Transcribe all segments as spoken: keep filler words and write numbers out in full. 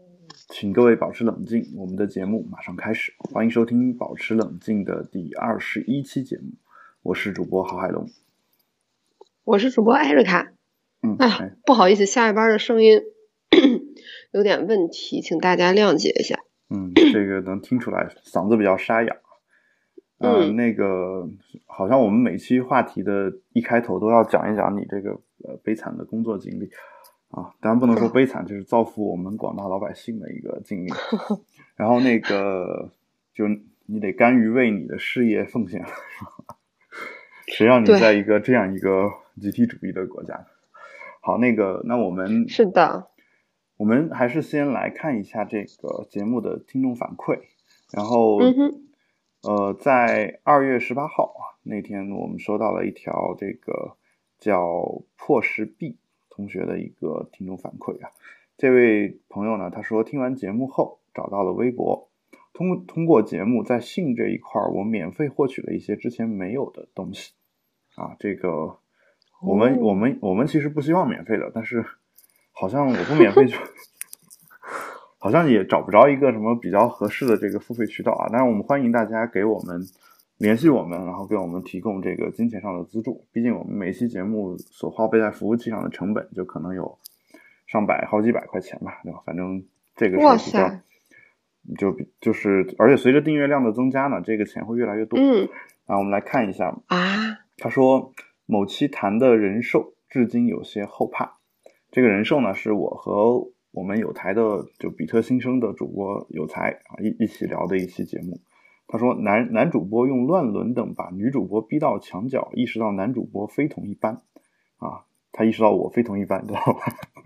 请各位保持冷静，我们的节目马上开始，欢迎收听保持冷静的第二十一期节目，我是主播郝海龙， 我是主播艾瑞卡。 嗯， 哎呀，不好意思，下一班的声音有点问题，请大家谅解一下。 嗯，这个能听出来嗓子比较沙哑。呃、 嗯， 那个好像我们每期话题的一开头都要讲一讲你这个呃悲惨的工作经历啊，当然不能说悲惨，这是造福我们广大老百姓的一个经历。然后那个就你得甘于为你的事业奉献，谁让你在一个这样一个集体主义的国家？好，那个那我们是的， 我们还是先来看一下这个节目的听众反馈，然后嗯哼， 呃，在二月十八号啊那天，我们收到了一条这个叫破石 B 同学的一个听众反馈啊。这位朋友呢，他说听完节目后找到了微博，通通过节目在性这一块，我免费获取了一些之前没有的东西啊。这个我们、 哦、 我们我们其实不希望免费的，但是好像我不免费就。好像也找不着一个什么比较合适的这个付费渠道啊，当然我们欢迎大家给我们联系我们，然后给我们提供这个金钱上的资助，毕竟我们每期节目所花费在服务器上的成本就可能有上百好几百块钱吧，对吧？反正这个是比较就就是而且随着订阅量的增加呢，这个钱会越来越多。 嗯， 啊，我们来看一下啊， 他说某期谈的人寿至今有些后怕，这个人寿呢是我和我们有台的就比特新生的主播有才啊一一起聊的一期节目。他说男男主播用乱伦等把女主播逼到墙角，意识到男主播非同一般啊，他意识到我非同一般，知道吧？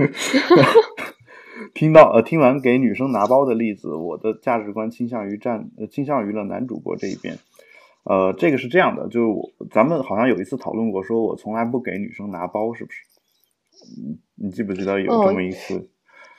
听到呃听完给女生拿包的例子，我的价值观倾向于站呃倾向于了男主播这一边。呃，这个是这样的，就咱们好像有一次讨论过，说我从来不给女生拿包，是不是？你你记不记得有这么一次？哦，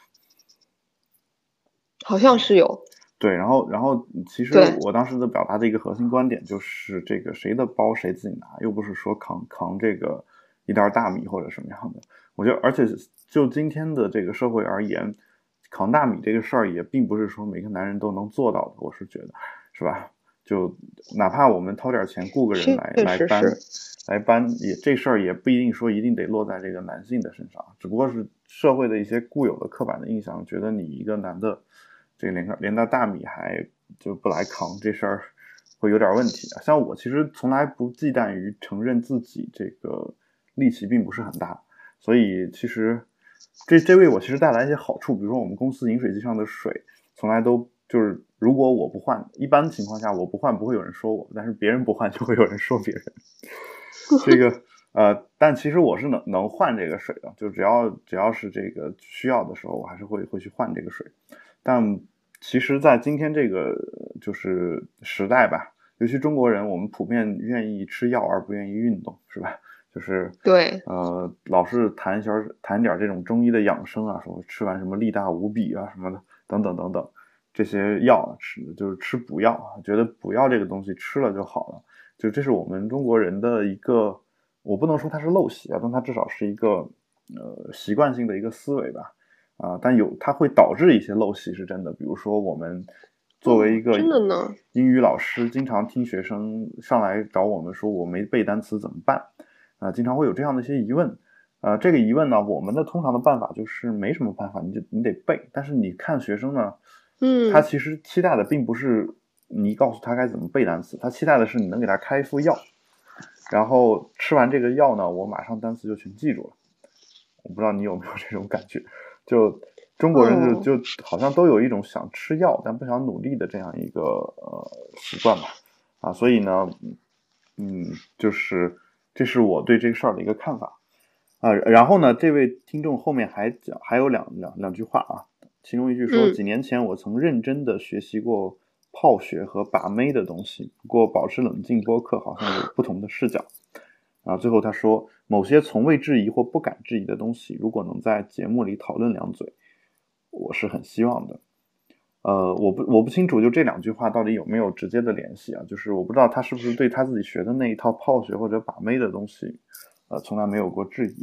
好像是有。 对，然后然后其实我当时的表达的一个核心观点就是这个谁的包谁自己拿，又不是说扛扛这个一袋大米或者什么样的。我觉得而且就今天的这个社会而言，扛大米这个事儿也并不是说每个男人都能做到的，我是觉得是吧？就哪怕我们掏点钱雇个人来来搬来搬也这事儿也不一定说一定得落在这个男性的身上，只不过是社会的一些固有的刻板的印象，觉得你一个男的这连连袋大米还就不来扛，这事儿会有点问题的。像我其实从来不忌惮于承认自己这个力气并不是很大，所以其实这这为我其实带来一些好处，比如说我们公司饮水机上的水从来都就是如果我不换，一般情况下我不换不会有人说我，但是别人不换就会有人说别人。这个呃，但其实我是能能换这个水的，就只要只要是这个需要的时候，我还是会会去换这个水。但其实在今天这个就是时代吧，尤其中国人，我们普遍愿意吃药而不愿意运动，是吧？就是对， 呃，老是谈一些谈点这种中医的养生啊，说吃完什么力大无比啊什么的，等等等等，这些药吃就是吃补药，觉得补药这个东西吃了就好了，就这是我们中国人的一个，我不能说它是陋习啊，但它至少是一个呃习惯性的一个思维吧。啊、呃，但有它会导致一些陋习是真的，比如说我们作为一个英语老师，经常听学生上来找我们说我没背单词怎么办啊、呃，经常会有这样的一些疑问。呃，这个疑问呢，我们的通常的办法就是没什么办法，你就你得背。但是你看学生呢， 嗯， 他其实期待的并不是你告诉他该怎么背单词，他期待的是你能给他开一副药，然后吃完这个药呢，我马上单词就全记住了。我不知道你有没有这种感觉，就中国人就就好像都有一种想吃药但不想努力的这样一个呃习惯吧，啊，所以呢，嗯，就是这是我对这个事儿的一个看法啊。然后呢，这位听众后面还讲还有两两两句话啊，其中一句说、嗯、几年前我曾认真的学习过泡学和把妹的东西，不过保持冷静播客好像有不同的视角。啊，最后他说，某些从未质疑或不敢质疑的东西，如果能在节目里讨论两嘴，我是很希望的。呃，我不我不清楚就这两句话到底有没有直接的联系啊？就是我不知道他是不是对他自己学的那一套泡学或者把妹的东西，呃，从来没有过质疑。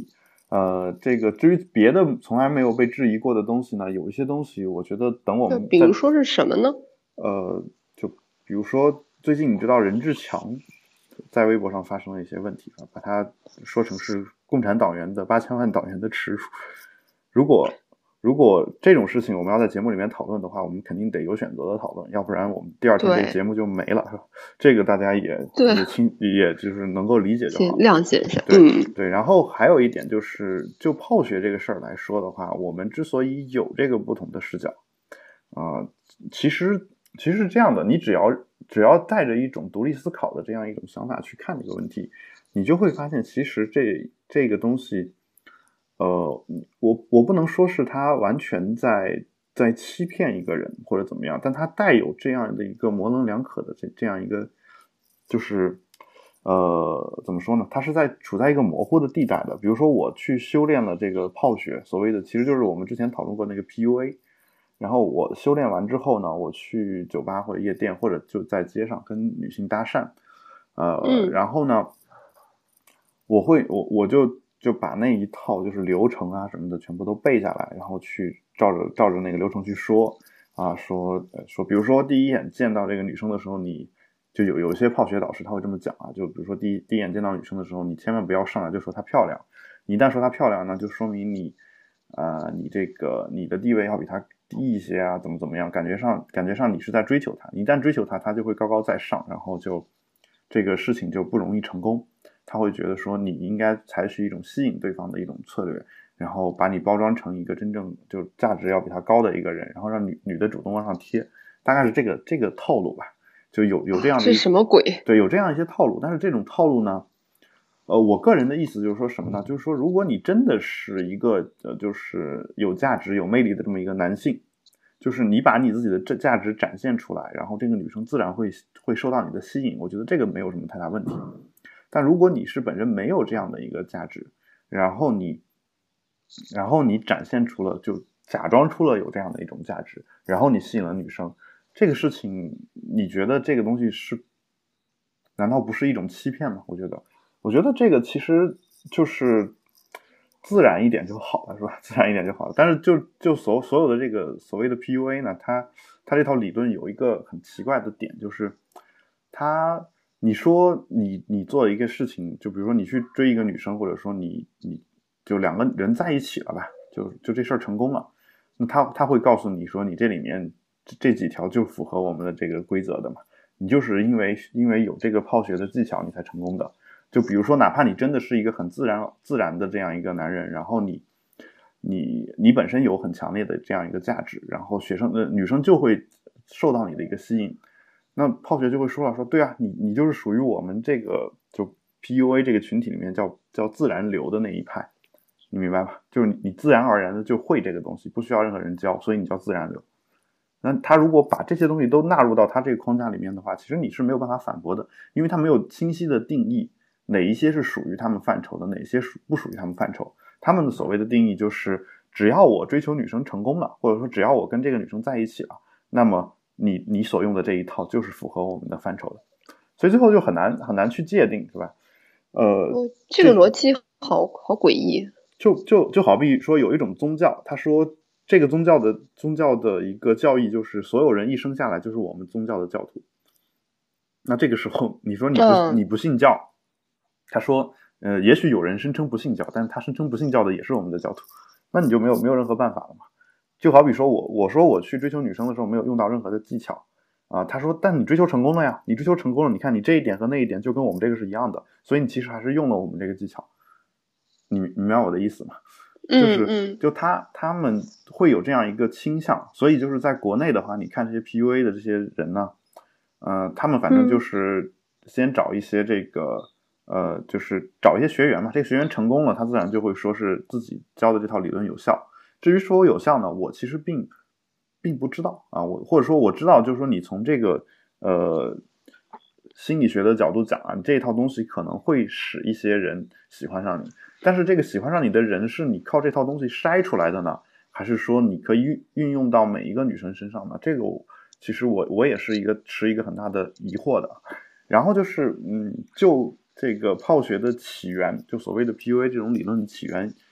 呃，这个至于别的从来没有被质疑过的东西呢，有一些东西我觉得等我们比如说是什么呢？ 呃，就比如说最近你知道任志强在微博上发生了一些问题，把他说成是共产党员的八千万党员的耻辱。如果如果这种事情我们要在节目里面讨论的话，我们肯定得有选择的讨论，要不然我们第二天这个节目就没了，是吧？这个大家也也清也就是能够理解就好， 谅解一下。 对、 嗯、 对。然后还有一点就是，就泡学这个事儿来说的话，我们之所以有这个不同的视角，啊、呃，其实其实是这样的，你只要只要带着一种独立思考的这样一种想法去看这个问题，你就会发现，其实这这个东西。呃，我我不能说是他完全在在欺骗一个人或者怎么样，但他带有这样的一个模棱两可的这这样一个，就是呃怎么说呢？他是在处在一个模糊的地带的。比如说我去修炼了这个泡学，所谓的其实就是我们之前讨论过那个 P U A， 然后我修炼完之后呢，我去酒吧或者夜店或者就在街上跟女性搭讪，呃， 嗯、 然后呢，我会我我就。就把那一套就是流程啊什么的全部都背下来，然后去照着照着那个流程去说啊，说说，比如说第一眼见到这个女生的时候，你就有有一些泡学导师他会这么讲啊，就比如说第一第一眼见到女生的时候，你千万不要上来就说她漂亮，你一旦说她漂亮呢，就说明你啊、呃、你这个你的地位要比她低一些啊，怎么怎么样，感觉上感觉上你是在追求她，一旦追求她，她就会高高在上，然后就这个事情就不容易成功。他会觉得说你应该采取一种吸引对方的一种策略，然后把你包装成一个真正就价值要比他高的一个人，然后让女女的主动往上贴，大概是这个这个套路吧，就有有这样的、啊、 这什么鬼？ 对，有这样一些套路。但是这种套路呢，呃，我个人的意思就是说什么呢？就是说如果你真的是一个呃就是有价值有魅力的这么一个男性，就是你把你自己的这价值展现出来，然后这个女生自然会会受到你的吸引，我觉得这个没有什么太大问题。但如果你是本身没有这样的一个价值，然后你然后你展现出了就假装出了有这样的一种价值，然后你吸引了女生，这个事情你觉得这个东西是难道不是一种欺骗吗？我觉得我觉得这个其实就是自然一点就好了，是吧？自然一点就好了。但是就就所所有的这个所谓的 P U A 呢，它它这套理论有一个很奇怪的点，就是它你说你你做一个事情，就比如说你去追一个女生，或者说你你就两个人在一起了吧，就就这事儿成功了，那他他会告诉你说你这里面这这几条就符合我们的这个规则的嘛，你就是因为因为有这个泡学的技巧你才成功的。就比如说哪怕你真的是一个很自然自然的这样一个男人，然后你你你本身有很强烈的这样一个价值，然后学生呃女生就会受到你的一个吸引。那泡学就会说了，说对啊，你你就是属于我们这个就 P U A 这个群体里面叫叫自然流的那一派，你明白吧？就是你你自然而然的就会这个东西，不需要任何人教，所以你叫自然流。那他如果把这些东西都纳入到他这个框架里面的话，其实你是没有办法反驳的，因为他没有清晰的定义哪一些是属于他们范畴的，哪些属不属于他们范畴。他们的所谓的定义就是，只要我追求女生成功了，或者说只要我跟这个女生在一起了，那么你你所用的这一套就是符合我们的范畴的，所以最后就很难很难去界定，是吧？呃， 这个逻辑好好诡异。 就就就好比说有一种宗教，他说这个宗教的宗教的一个教义就是所有人一生下来就是我们宗教的教徒。那这个时候你说你不、嗯、你不信教，他说呃也许有人声称不信教，但是他声称不信教的也是我们的教徒，那你就没有没有任何办法了嘛。就好比说我我说我去追求女生的时候没有用到任何的技巧啊，他说但你追求成功了呀，你追求成功了，你看你这一点和那一点就跟我们这个是一样的，所以你其实还是用了我们这个技巧，你你明白我的意思吗？就是就他他们会有这样一个倾向，所以就是在国内的话，你看这些 P U A 的这些人呢，呃，他们反正就是先找一些这个呃，就是找一些学员嘛，这个学员成功了，他自然就会说是自己教的这套理论有效。至于说有效呢，我其实并并不知道啊，我或者说我知道，就是说你从这个呃心理学的角度讲啊，这一套东西可能会使一些人喜欢上你，但是这个喜欢上你的人是你靠这套东西筛出来的呢，还是说你可以运运用到每一个女生身上呢？这个我其实我我也是一个持一个很大的疑惑的。然后就是嗯，就这个泡学的起源，就所谓的 P U A 这种理论的起源。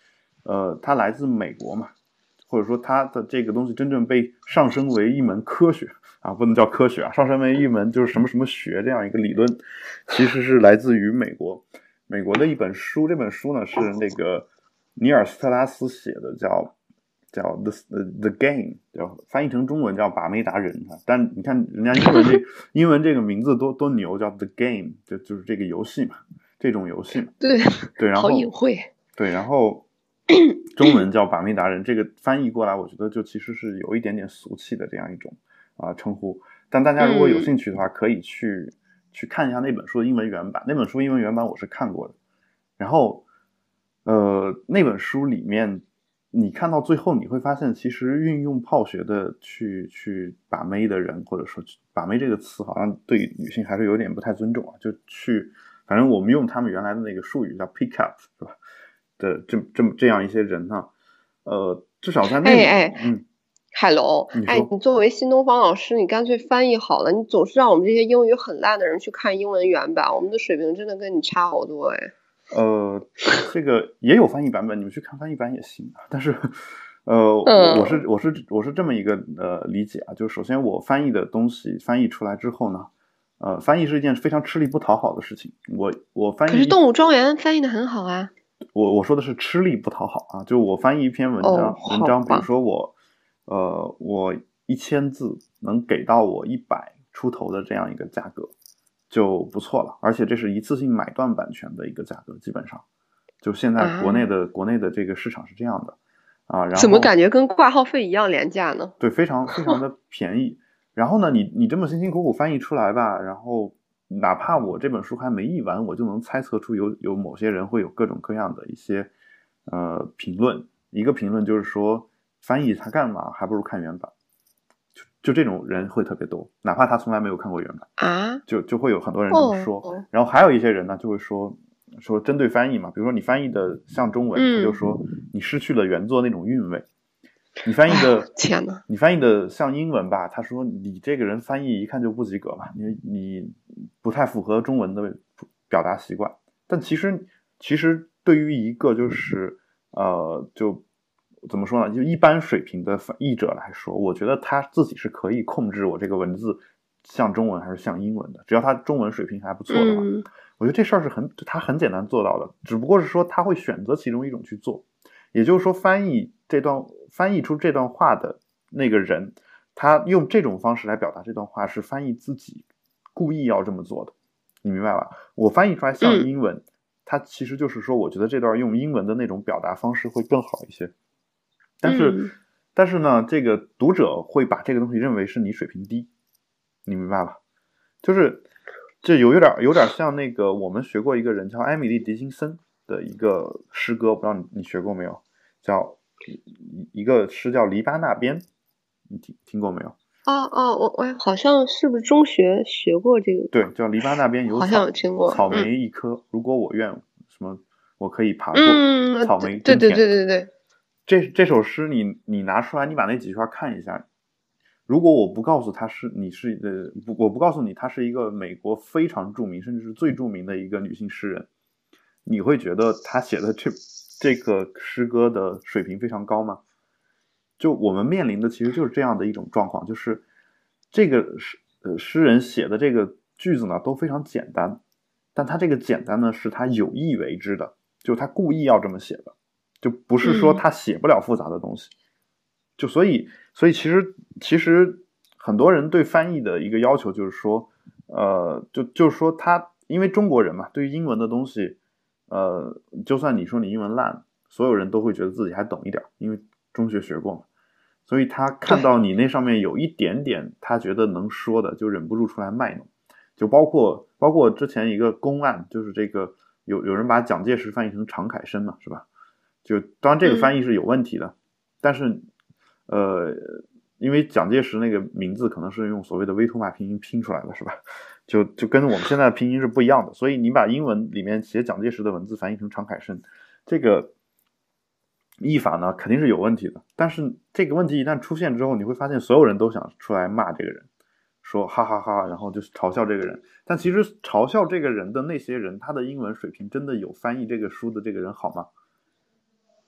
呃，它来自美国嘛，或者说它的这个东西真正被上升为一门科学啊，不能叫科学啊，上升为一门就是什么什么学这样一个理论，其实是来自于美国，美国的一本书，这本书呢是那个尼尔斯特拉斯写的，叫叫 The The Game， 叫翻译成中文叫把妹达人啊。但你看人家英文这英文这个名字多多牛，叫 The Game， 就就是这个游戏嘛，这种游戏嘛。 对对，然后好隐晦。 对，然后中文叫把妹达人，这个翻译过来，我觉得就其实是有一点点俗气的这样一种啊、呃、称呼。但大家如果有兴趣的话，可以去、嗯、去看一下那本书的英文原版。那本书英文原版我是看过的。然后，呃，那本书里面，你看到最后，你会发现，其实运用泡学的去去把妹的人，或者说把妹这个词，好像对女性还是有点不太尊重啊。就去，反正我们用他们原来的那个术语叫 pick up， 是吧？的这这么这样一些人呢，呃，至少在那里， 哎哎， 嗯。 海龙，哎，你作为新东方老师，你干脆翻译好了。你总是让我们这些英语很烂的人去看英文原版，我们的水平真的跟你差好多哎。 呃，这个也有翻译版本，你们去看翻译版也行啊。但是，呃， 嗯、 我是我是我是这么一个呃理解啊，就是首先我翻译的东西翻译出来之后呢，呃，翻译是一件非常吃力不讨好的事情。我我翻译， 可是动物庄园翻译的很好啊。 我我说的是吃力不讨好啊，就我翻译一篇文章， 哦、 文章，比如说我，呃，我一千字能给到我一百出头的这样一个价格就不错了，而且这是一次性买断版权的一个价格，基本上，就现在国内的、啊、国内的这个市场是这样的啊。然后怎么感觉跟挂号费一样廉价呢？ 对，非常非常的便宜。然后呢，你你这么辛辛苦苦翻译出来吧，然后。哪怕我这本书还没译完，我就能猜测出有有某些人会有各种各样的一些呃评论。一个评论就是说，翻译它干嘛？还不如看原版。就就这种人会特别多，哪怕他从来没有看过原版啊， 就就会有很多人这么说。 哦、 然后还有一些人呢，就会说说针对翻译嘛，比如说你翻译的像中文， 嗯、 他就说你失去了原作那种韵味。你翻译的、 哎、天哪， 你翻译的像英文吧？他说你这个人翻译一看就不及格嘛，你你不太符合中文的表达习惯。但其实其实对于一个就是呃就怎么说呢，就一般水平的翻译者来说，我觉得他自己是可以控制我这个文字像中文还是像英文的，只要他中文水平还不错的话， 嗯、 我觉得这事儿是很他很简单做到的，只不过是说他会选择其中一种去做。也就是说，翻译这段翻译出这段话的那个人，他用这种方式来表达这段话，是翻译自己故意要这么做的，你明白吧？我翻译出来像英文， 嗯、 它其实就是说，我觉得这段用英文的那种表达方式会更好一些。但是， 嗯、 但是呢，这个读者会把这个东西认为是你水平低，你明白吧？就是这有有点有点像那个我们学过一个人叫艾米丽·狄金森的一个诗歌，不知道你你学过没有？叫一个诗叫《篱笆那边》，你听听过没有？ 哦哦，我我好像是不是中学学过这个？ 对，叫篱笆那边有草， 好像有听过。 草莓一颗，嗯、如果我愿，什么我可以爬过嗯， 草莓对真甜。 对对对对。 这这首诗你你拿出来，你把那几句话看一下。如果我不告诉他是你是呃不我不告诉你他是一个美国非常著名甚至是最著名的一个女性诗人，你会觉得他写的这这个诗歌的水平非常高吗？就我们面临的其实就是这样的一种状况，就是这个诗呃诗人写的这个句子呢都非常简单，但他这个简单呢是他有意为之的，就他故意要这么写的，就不是说他写不了复杂的东西。嗯、就所以所以其实其实很多人对翻译的一个要求就是说呃就就是说他因为中国人嘛，对于英文的东西呃就算你说你英文烂，所有人都会觉得自己还懂一点，因为中学学过嘛，所以他看到你那上面有一点点他觉得能说的，就忍不住出来卖弄。就包括包括之前一个公案，就是这个有有人把蒋介石翻译成常凯申嘛，是吧？就当然这个翻译是有问题的，嗯、但是呃，因为蒋介石那个名字可能是用所谓的威妥玛拼音拼出来的，是吧？就就跟我们现在的拼音是不一样的，所以你把英文里面写蒋介石的文字翻译成常凯申，这个译法呢肯定是有问题的。但是这个问题一旦出现之后，你会发现所有人都想出来骂这个人，说哈哈哈，然后就嘲笑这个人。但其实嘲笑这个人的那些人，他的英文水平真的有翻译这个书的这个人好吗？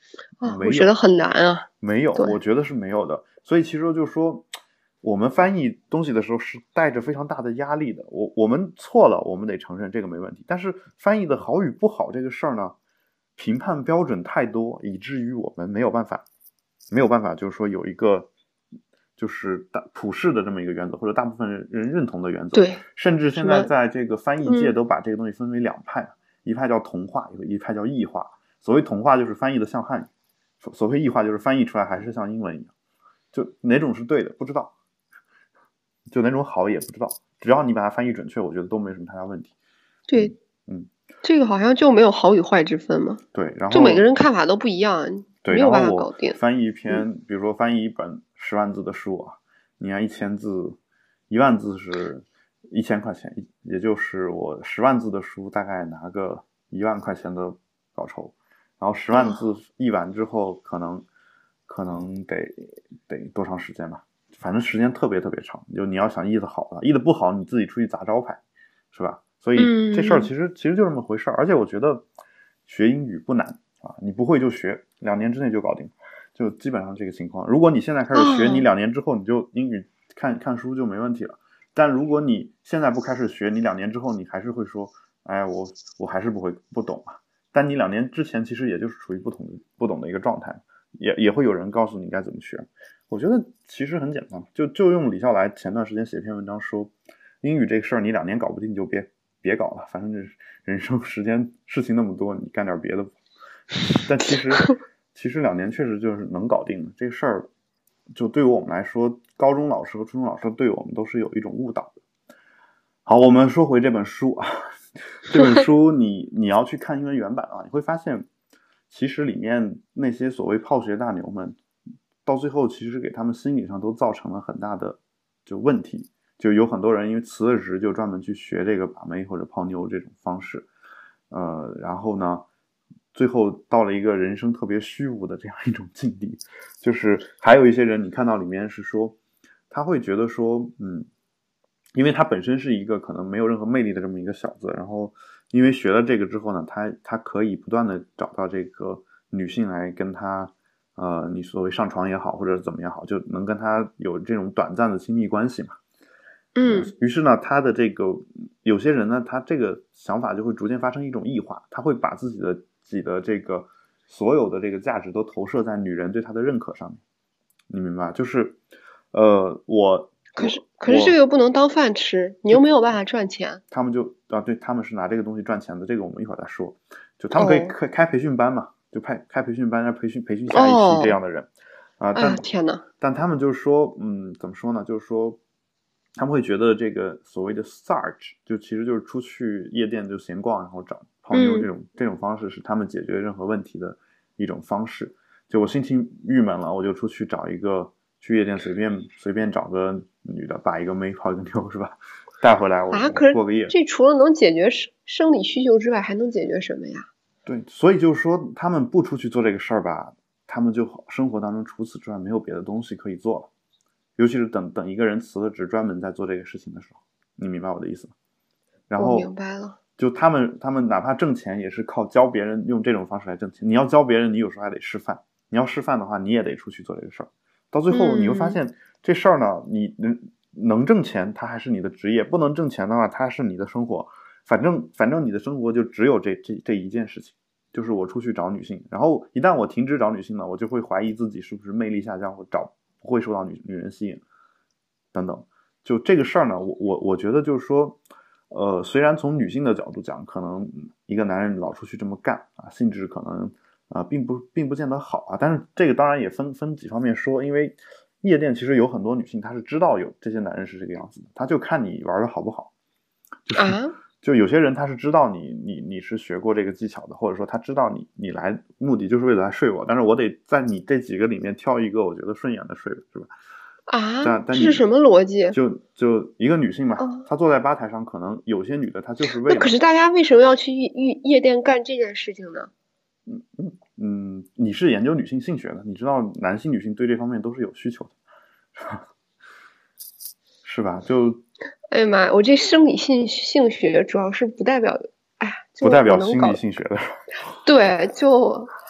啊，我觉得很难啊。 没有，我觉得是没有的。所以其实就是说，我们翻译东西的时候是带着非常大的压力的。我我们错了，我们得承认这个没问题。但是翻译的好与不好这个事儿呢，评判标准太多，以至于我们没有办法，没有办法，就是说有一个就是大普世的这么一个原则，或者大部分人认同的原则。 对， 甚至现在在这个翻译界都把这个东西分为两派，嗯、一派叫同化，一派叫异化。所谓同化就是翻译的像汉语，所谓异化就是翻译出来还是像英文一样。就哪种是对的不知道，就哪种好也不知道，只要你把它翻译准确，我觉得都没什么太大问题。 对， 嗯， 这个好像就没有好与坏之分嘛。 对，然后就每个人看法都不一样， 对， 没有办法搞定。 翻译一篇，嗯、比如说翻译一本十万字的书啊，你看一千字，一万字是一千块钱，也就是我十万字的书大概拿个一万块钱的报酬，然后十万字译完之后，哦、可能。可能得得多长时间吧，反正时间特别特别长。就你要想译的好了，译的不好，你自己出去砸招牌，是吧？所以这事儿其实、嗯、其实就这么回事儿。而且我觉得学英语不难啊，你不会就学，两年之内就搞定，就基本上这个情况。如果你现在开始学，哦、你两年之后你就英语看看书就没问题了。但如果你现在不开始学，你两年之后你还是会说，哎，我我还是不会不懂啊。但你两年之前其实也就是处于不同的不懂的一个状态。也也会有人告诉你该怎么学，我觉得其实很简单，就就用李笑来前段时间写篇文章说，英语这个事儿你两年搞不定就别别搞了，反正这人生时间事情那么多，你干点别的。但其实其实两年确实就是能搞定的，这个事儿就对于我们来说，高中老师和初中老师对我们都是有一种误导的。好，我们说回这本书啊，这本书你你要去看英文原版啊，你会发现。其实里面那些所谓泡学大牛们，到最后其实给他们心理上都造成了很大的就问题。就有很多人因为辞了职就专门去学这个把妹或者泡妞这种方式，呃，然后呢，最后到了一个人生特别虚无的这样一种境地。就是还有一些人，你看到里面是说，他会觉得说，嗯，因为他本身是一个可能没有任何魅力的这么一个小子，然后。因为学了这个之后呢，他他可以不断的找到这个女性来跟他，呃，你所谓上床也好，或者怎么样好，就能跟他有这种短暂的亲密关系嘛。 嗯。 于是呢，他的这个有些人呢，他这个想法就会逐渐发生一种异化，他会把自己的自己的这个所有的这个价值都投射在女人对他的认可上面。你明白？就是，呃，我。 可是可是这个又不能当饭吃，你又没有办法赚钱。 他们就啊，对，他们是拿这个东西赚钱的，这个我们一会儿再说。就他们可以开、哦、开培训班嘛，就开开培训班，让培训培训下一批这样的人、哦、啊。但、 哎、天哪！ 但他们就是说，嗯，怎么说呢？就是说，他们会觉得这个所谓的 Sarge， 就其实就是出去夜店就闲逛，然后找泡妞这种、嗯、这种方式是他们解决任何问题的一种方式。就我心情郁闷了，我就出去找一个。去夜店随便随便找个女的，把一个妹泡一个妞是吧？带回来我啊，可是过个夜。 这除了能解决生理需求之外，还能解决什么呀？ 对，所以就是说，他们不出去做这个事儿吧，他们就生活当中除此之外没有别的东西可以做了。尤其是等等一个人辞了职，专门在做这个事情的时候，你明白我的意思吗？然后我明白了。 就他们他们哪怕挣钱，也是靠教别人用这种方式来挣钱。你要教别人，你有时候还得示范。你要示范的话，你也得出去做这个事儿。到最后你会发现、嗯、这事儿呢，你能挣钱它还是你的职业，不能挣钱的话它是你的生活。反正反正你的生活就只有这这这一件事情，就是我出去找女性。然后一旦我停止找女性呢，我就会怀疑自己是不是魅力下降，或找不会受到女女人吸引等等。就这个事儿呢，我我我觉得就是说，呃，虽然从女性的角度讲，可能一个男人老出去这么干啊，性质可能。啊、呃，并不并不见得好啊，但是这个当然也分分几方面说，因为夜店其实有很多女性她是知道有这些男人是这个样子的，她就看你玩的好不好，就是、啊、就有些人他是知道你你你是学过这个技巧的，或者说他知道你你来目的就是为了来睡我，但是我得在你这几个里面挑一个我觉得顺眼的睡，是吧？ 啊， 但但这是什么逻辑？ 就就一个女性嘛，哦、她坐在吧台上，可能有些女的她就是为了。 那可是大家为什么要去夜夜店干这件事情呢？ 嗯嗯嗯，你是研究女性性学的，你知道男性女性对这方面都是有需求的，是吧？是吧？就， 哎呀妈，我这生理性性学主要是不代表，哎呀， 不代表心理性学的。 对，就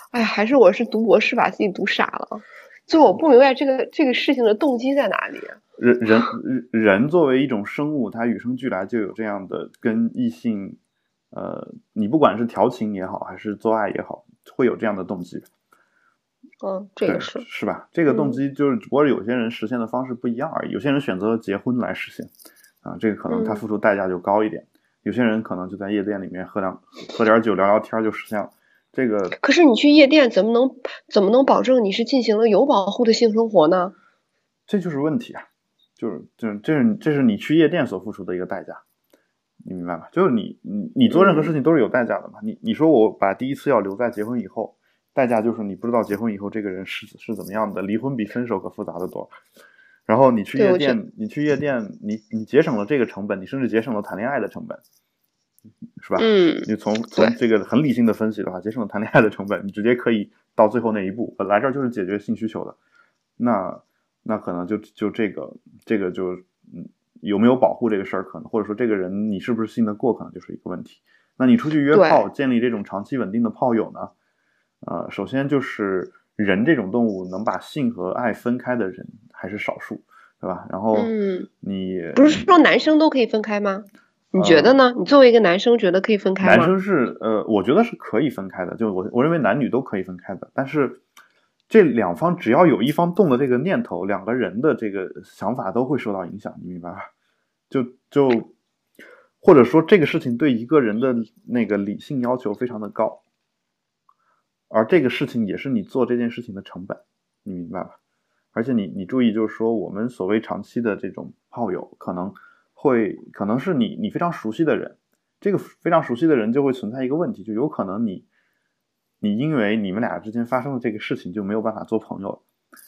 哎，还是我是读博士把自己读傻了，就我不明白这个这个事情的动机在哪里。 人人人作为一种生物，他与生俱来就有这样的跟异性，呃，你不管是调情也好，还是做爱也好，会有这样的动机。 嗯，这个是是吧？这个动机就是只不过有些人实现的方式不一样而已。有些人选择了结婚来实现，啊，这个可能他付出代价就高一点。嗯、有些人可能就在夜店里面喝两喝点酒聊聊天就实现了。这个可是你去夜店怎么能怎么能保证你是进行了有保护的性生活呢？ 这就是问题啊！就是就是这是这是你去夜店所付出的一个代价，你明白吗？就是你你你做任何事情都是有代价的嘛。嗯、你你说我把第一次要留在结婚以后。代价就是你不知道结婚以后这个人是是怎么样的，离婚比分手可复杂的多。然后你去夜店，你去夜店，你你节省了这个成本，你甚至节省了谈恋爱的成本，是吧？ 嗯， 你从从这个很理性的分析的话，节省了谈恋爱的成本，你直接可以到最后那一步。本来这就是解决性需求的，那那可能就就这个这个就嗯有没有保护这个事儿，可能或者说这个人你是不是信得过，可能就是一个问题。那你出去约炮，建立这种长期稳定的炮友呢？呃，首先就是人这种动物能把性和爱分开的人还是少数，对吧？然后你、 嗯、不是说男生都可以分开吗？你觉得呢？呃、你作为一个男生，觉得可以分开吗？ 男生是呃，我觉得是可以分开的，就我我认为男女都可以分开的。但是这两方只要有一方动了这个念头，两个人的这个想法都会受到影响，你明白吧？就就或者说这个事情对一个人的那个理性要求非常的高。而这个事情也是你做这件事情的成本，你明白吧？而且你你注意，就是说我们所谓长期的这种炮友，可能会可能是你你非常熟悉的人，这个非常熟悉的人就会存在一个问题，就有可能你你因为你们俩之间发生的这个事情就没有办法做朋友了。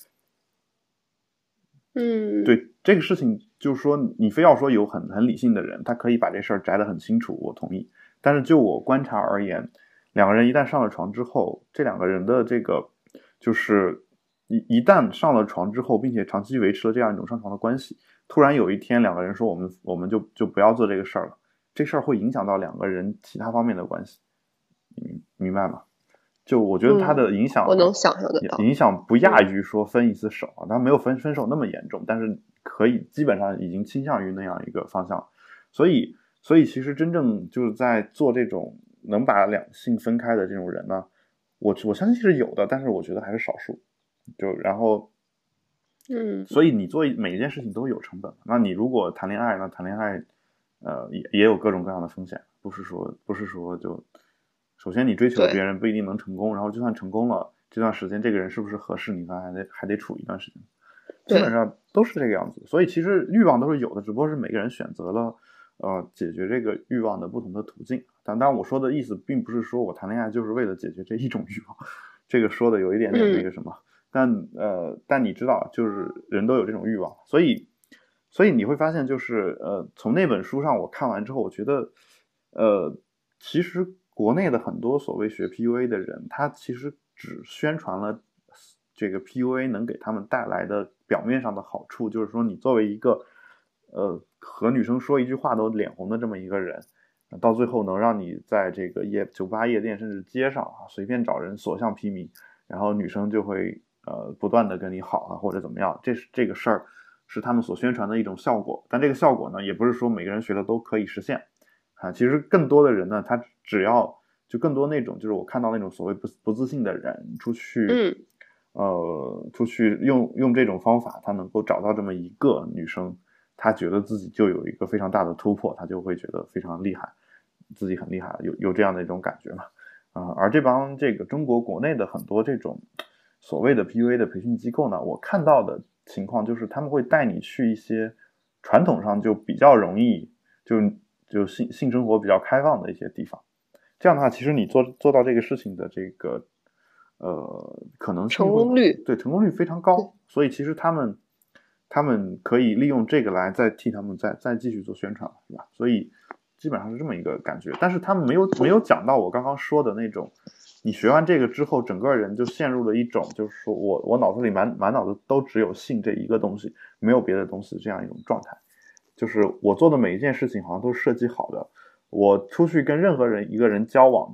嗯， 对这个事情，就是说你非要说有很很理性的人，他可以把这事儿摘得很清楚，我同意。但是就我观察而言，两个人一旦上了床之后，这两个人的这个就是一一旦上了床之后，并且长期维持了这样一种上床的关系，突然有一天两个人说我们我们就就不要做这个事儿了，这事儿会影响到两个人其他方面的关系，你明白吗？就我觉得它的影响、 嗯、我能想象得到， 影响不亚于说分一次手啊，它、嗯、没有分分手那么严重，但是可以基本上已经倾向于那样一个方向，所以所以其实真正就是在做这种能把两性分开的这种人呢，我我相信是有的，但是我觉得还是少数。就然后， 嗯， 所以你做每一件事情都有成本。那你如果谈恋爱，那谈恋爱，呃，也也有各种各样的风险，不是说不是说就，首先你追求别人不一定能成功，然后就算成功了，这段时间这个人是不是合适，你看还得还得处一段时间，基本上都是这个样子。所以其实欲望都是有的，只不过是每个人选择了。呃，解决这个欲望的不同的途径，但当然我说的意思并不是说我谈恋爱就是为了解决这一种欲望，这个说的有一点点那个什么，嗯、但呃，但你知道，就是人都有这种欲望，所以，所以你会发现，就是呃，从那本书上我看完之后，我觉得，呃，其实国内的很多所谓学 P U A 的人，他其实只宣传了这个 P U A 能给他们带来的表面上的好处，就是说你作为一个。呃，和女生说一句话都脸红的这么一个人，到最后能让你在这个夜酒吧、夜店甚至街上啊，随便找人所向披靡，然后女生就会呃不断的跟你好啊，或者怎么样，这是这个事儿是他们所宣传的一种效果。但这个效果呢，也不是说每个人学了都可以实现啊。其实更多的人呢，他只要就更多那种就是我看到那种所谓不不自信的人出去， 嗯， 呃，出去用用这种方法，他能够找到这么一个女生。他觉得自己就有一个非常大的突破，他就会觉得非常厉害，自己很厉害，有有这样的一种感觉嘛，啊、呃，而这帮这个中国国内的很多这种所谓的 P U A 的培训机构呢，我看到的情况就是他们会带你去一些传统上就比较容易就就性性生活比较开放的一些地方，这样的话，其实你做做到这个事情的这个呃可能性成功率对成功率非常高，所以其实他们。他们可以利用这个来再替他们再再继续做宣传，是吧？所以基本上是这么一个感觉。但是他们没有没有讲到我刚刚说的那种，你学完这个之后，整个人就陷入了一种，就是说我我脑子里满满脑子都只有性这一个东西，没有别的东西这样一种状态。就是我做的每一件事情好像都是设计好的，我出去跟任何人一个人交往呢，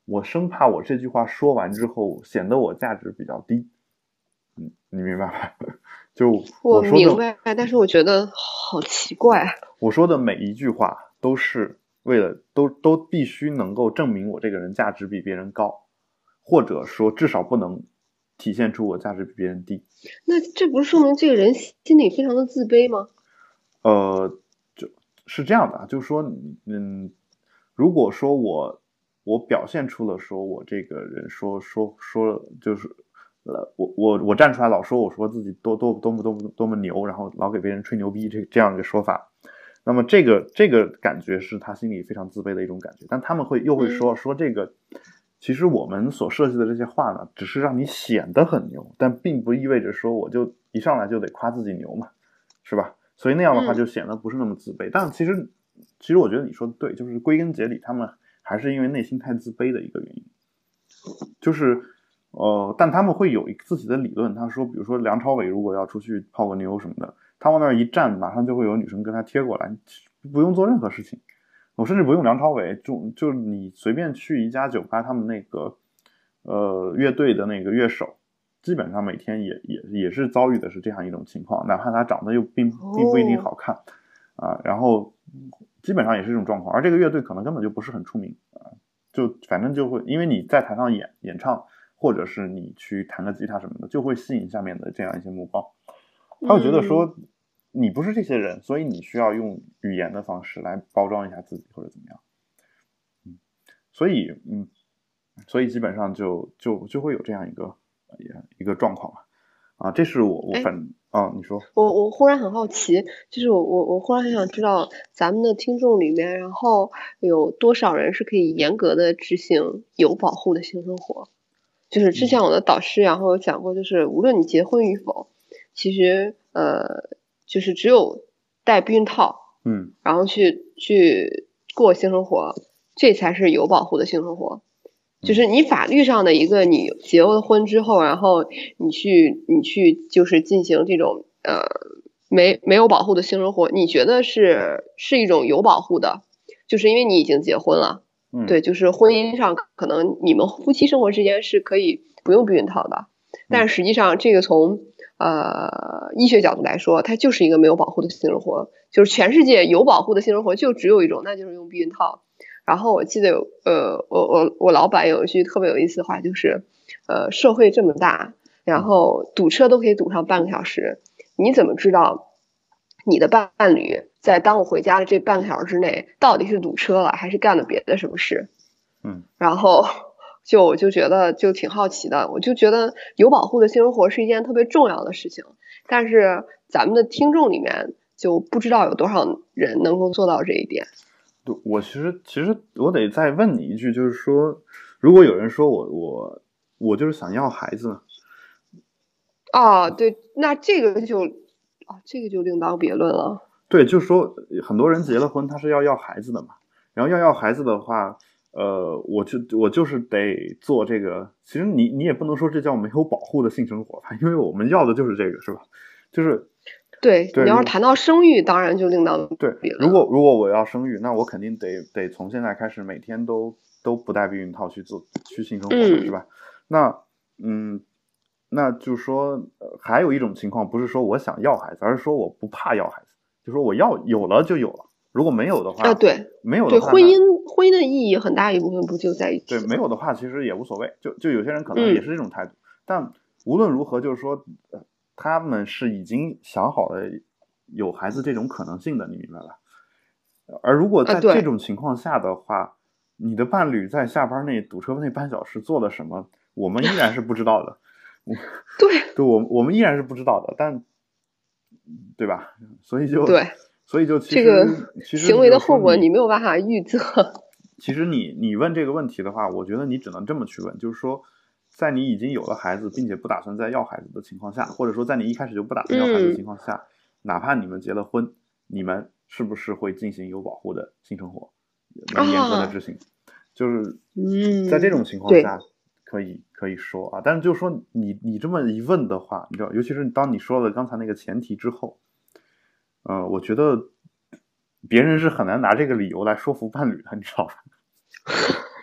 我生怕我这句话说完之后显得我价值比较低。嗯，你明白吗？就我说的， 我明白，但是我觉得好奇怪。 我说的每一句话都是为了都都必须能够证明我这个人价值比别人高，或者说至少不能体现出我价值比别人低。 那这不是说明这个人心里非常的自卑吗？ 呃，就是这样的，就是说，嗯，如果说我我表现出了说我这个人说说说就是呃，我我我站出来老说我说自己多多多么多么多么牛，然后老给别人吹牛逼这这样一个说法，那么这个这个感觉是他心里非常自卑的一种感觉，但他们会又会说、嗯、说这个，其实我们所设计的这些话呢，只是让你显得很牛，但并不意味着说我就一上来就得夸自己牛嘛，是吧？所以那样的话就显得不是那么自卑。嗯、但其实其实我觉得你说的对，就是归根结底他们还是因为内心太自卑的一个原因，就是呃，但他们会有一个自己的理论，他说比如说梁朝伟如果要出去泡个妞什么的，他往那儿一站，马上就会有女生跟他贴过来，不用做任何事情。我甚至不用梁朝伟，就就你随便去一家酒吧，他们那个呃乐队的那个乐手，基本上每天也也也是遭遇的是这样一种情况，哪怕他长得又并并不一定好看、哦、啊，然后基本上也是这种状况，而这个乐队可能根本就不是很出名啊，就反正就会因为你在台上演演唱，或者是你去弹个吉他什么的，就会吸引下面的这样一些目光，他会觉得说、嗯、你不是这些人，所以你需要用语言的方式来包装一下自己或者怎么样，嗯，所以嗯，所以基本上就就就会有这样一个一个状况啊，这是我我反啊，你说我我忽然很好奇，就是我我我忽然很想知道咱们的听众里面，然后有多少人是可以严格的执行有保护的性生活？就是之前我的导师然后有讲过，就是无论你结婚与否，其实呃就是只有戴避孕套， 嗯， 然后去去过性生活，这才是有保护的性生活。就是你法律上的一个，你结了婚之后，然后你去你去就是进行这种呃没没有保护的性生活，你觉得是是一种有保护的，就是因为你已经结婚了。 嗯， 对，就是婚姻上可能你们夫妻生活之间是可以不用避孕套的，但实际上这个从呃医学角度来说，它就是一个没有保护的性生活，就是全世界有保护的性生活就只有一种，那就是用避孕套。然后我记得有呃我我我老板有一句特别有意思的话，就是呃社会这么大，然后堵车都可以堵上半个小时，你怎么知道你的伴侣在当我回家的这半个小时之内到底是堵车了还是干了别的什么事？ 嗯， 然后就我就觉得就挺好奇的，我就觉得有保护的性生活是一件特别重要的事情，但是咱们的听众里面就不知道有多少人能够做到这一点。 我其实其实我得再问你一句，就是说如果有人说我我我就是想要孩子， 哦，对，那这个就啊，这个就另当别论了。 对，就是说很多人结了婚他是要要孩子的嘛，然后要要孩子的话呃，我就我就是得做这个，其实你你也不能说这叫没有保护的性生活吧，因为我们要的就是这个，是吧？就是对，对你要是谈到生育，当然就另当别论。 对，如果如果我要生育，那我肯定得得从现在开始每天都都不带避孕套去做去性生活的、嗯、是吧？那嗯，那就是说、呃、还有一种情况，不是说我想要孩子，而是说我不怕要孩子，就说我要有了就有了，如果没有的话啊，对， 没有的话， 对婚姻婚姻的意义很大一部分不就在于对，没有的话其实也无所谓，就就有些人可能也是这种态度、嗯、但无论如何就是说、呃、他们是已经想好了有孩子这种可能性的，你明白吧？而如果在这种情况下的话、啊、你的伴侣在下班那堵车那半小时做了什么，我们依然是不知道的。 对， 对，我我们依然是不知道的，但对吧？所以就对， 所以就其实这个其实行为的后果你没有办法预测。 其实你你问这个问题的话，我觉得你只能这么去问，就是说在你已经有了孩子并且不打算再要孩子的情况下，或者说在你一开始就不打算要孩子的情况下、嗯、哪怕你们结了婚，你们是不是会进行有保护的性生活，能严格的执行、啊、就是在这种情况下、嗯、可以可以说啊，但是就是说你你这么一问的话，你知道，尤其是当你说了刚才那个前提之后，呃，我觉得别人是很难拿这个理由来说服伴侣的，你知道吧？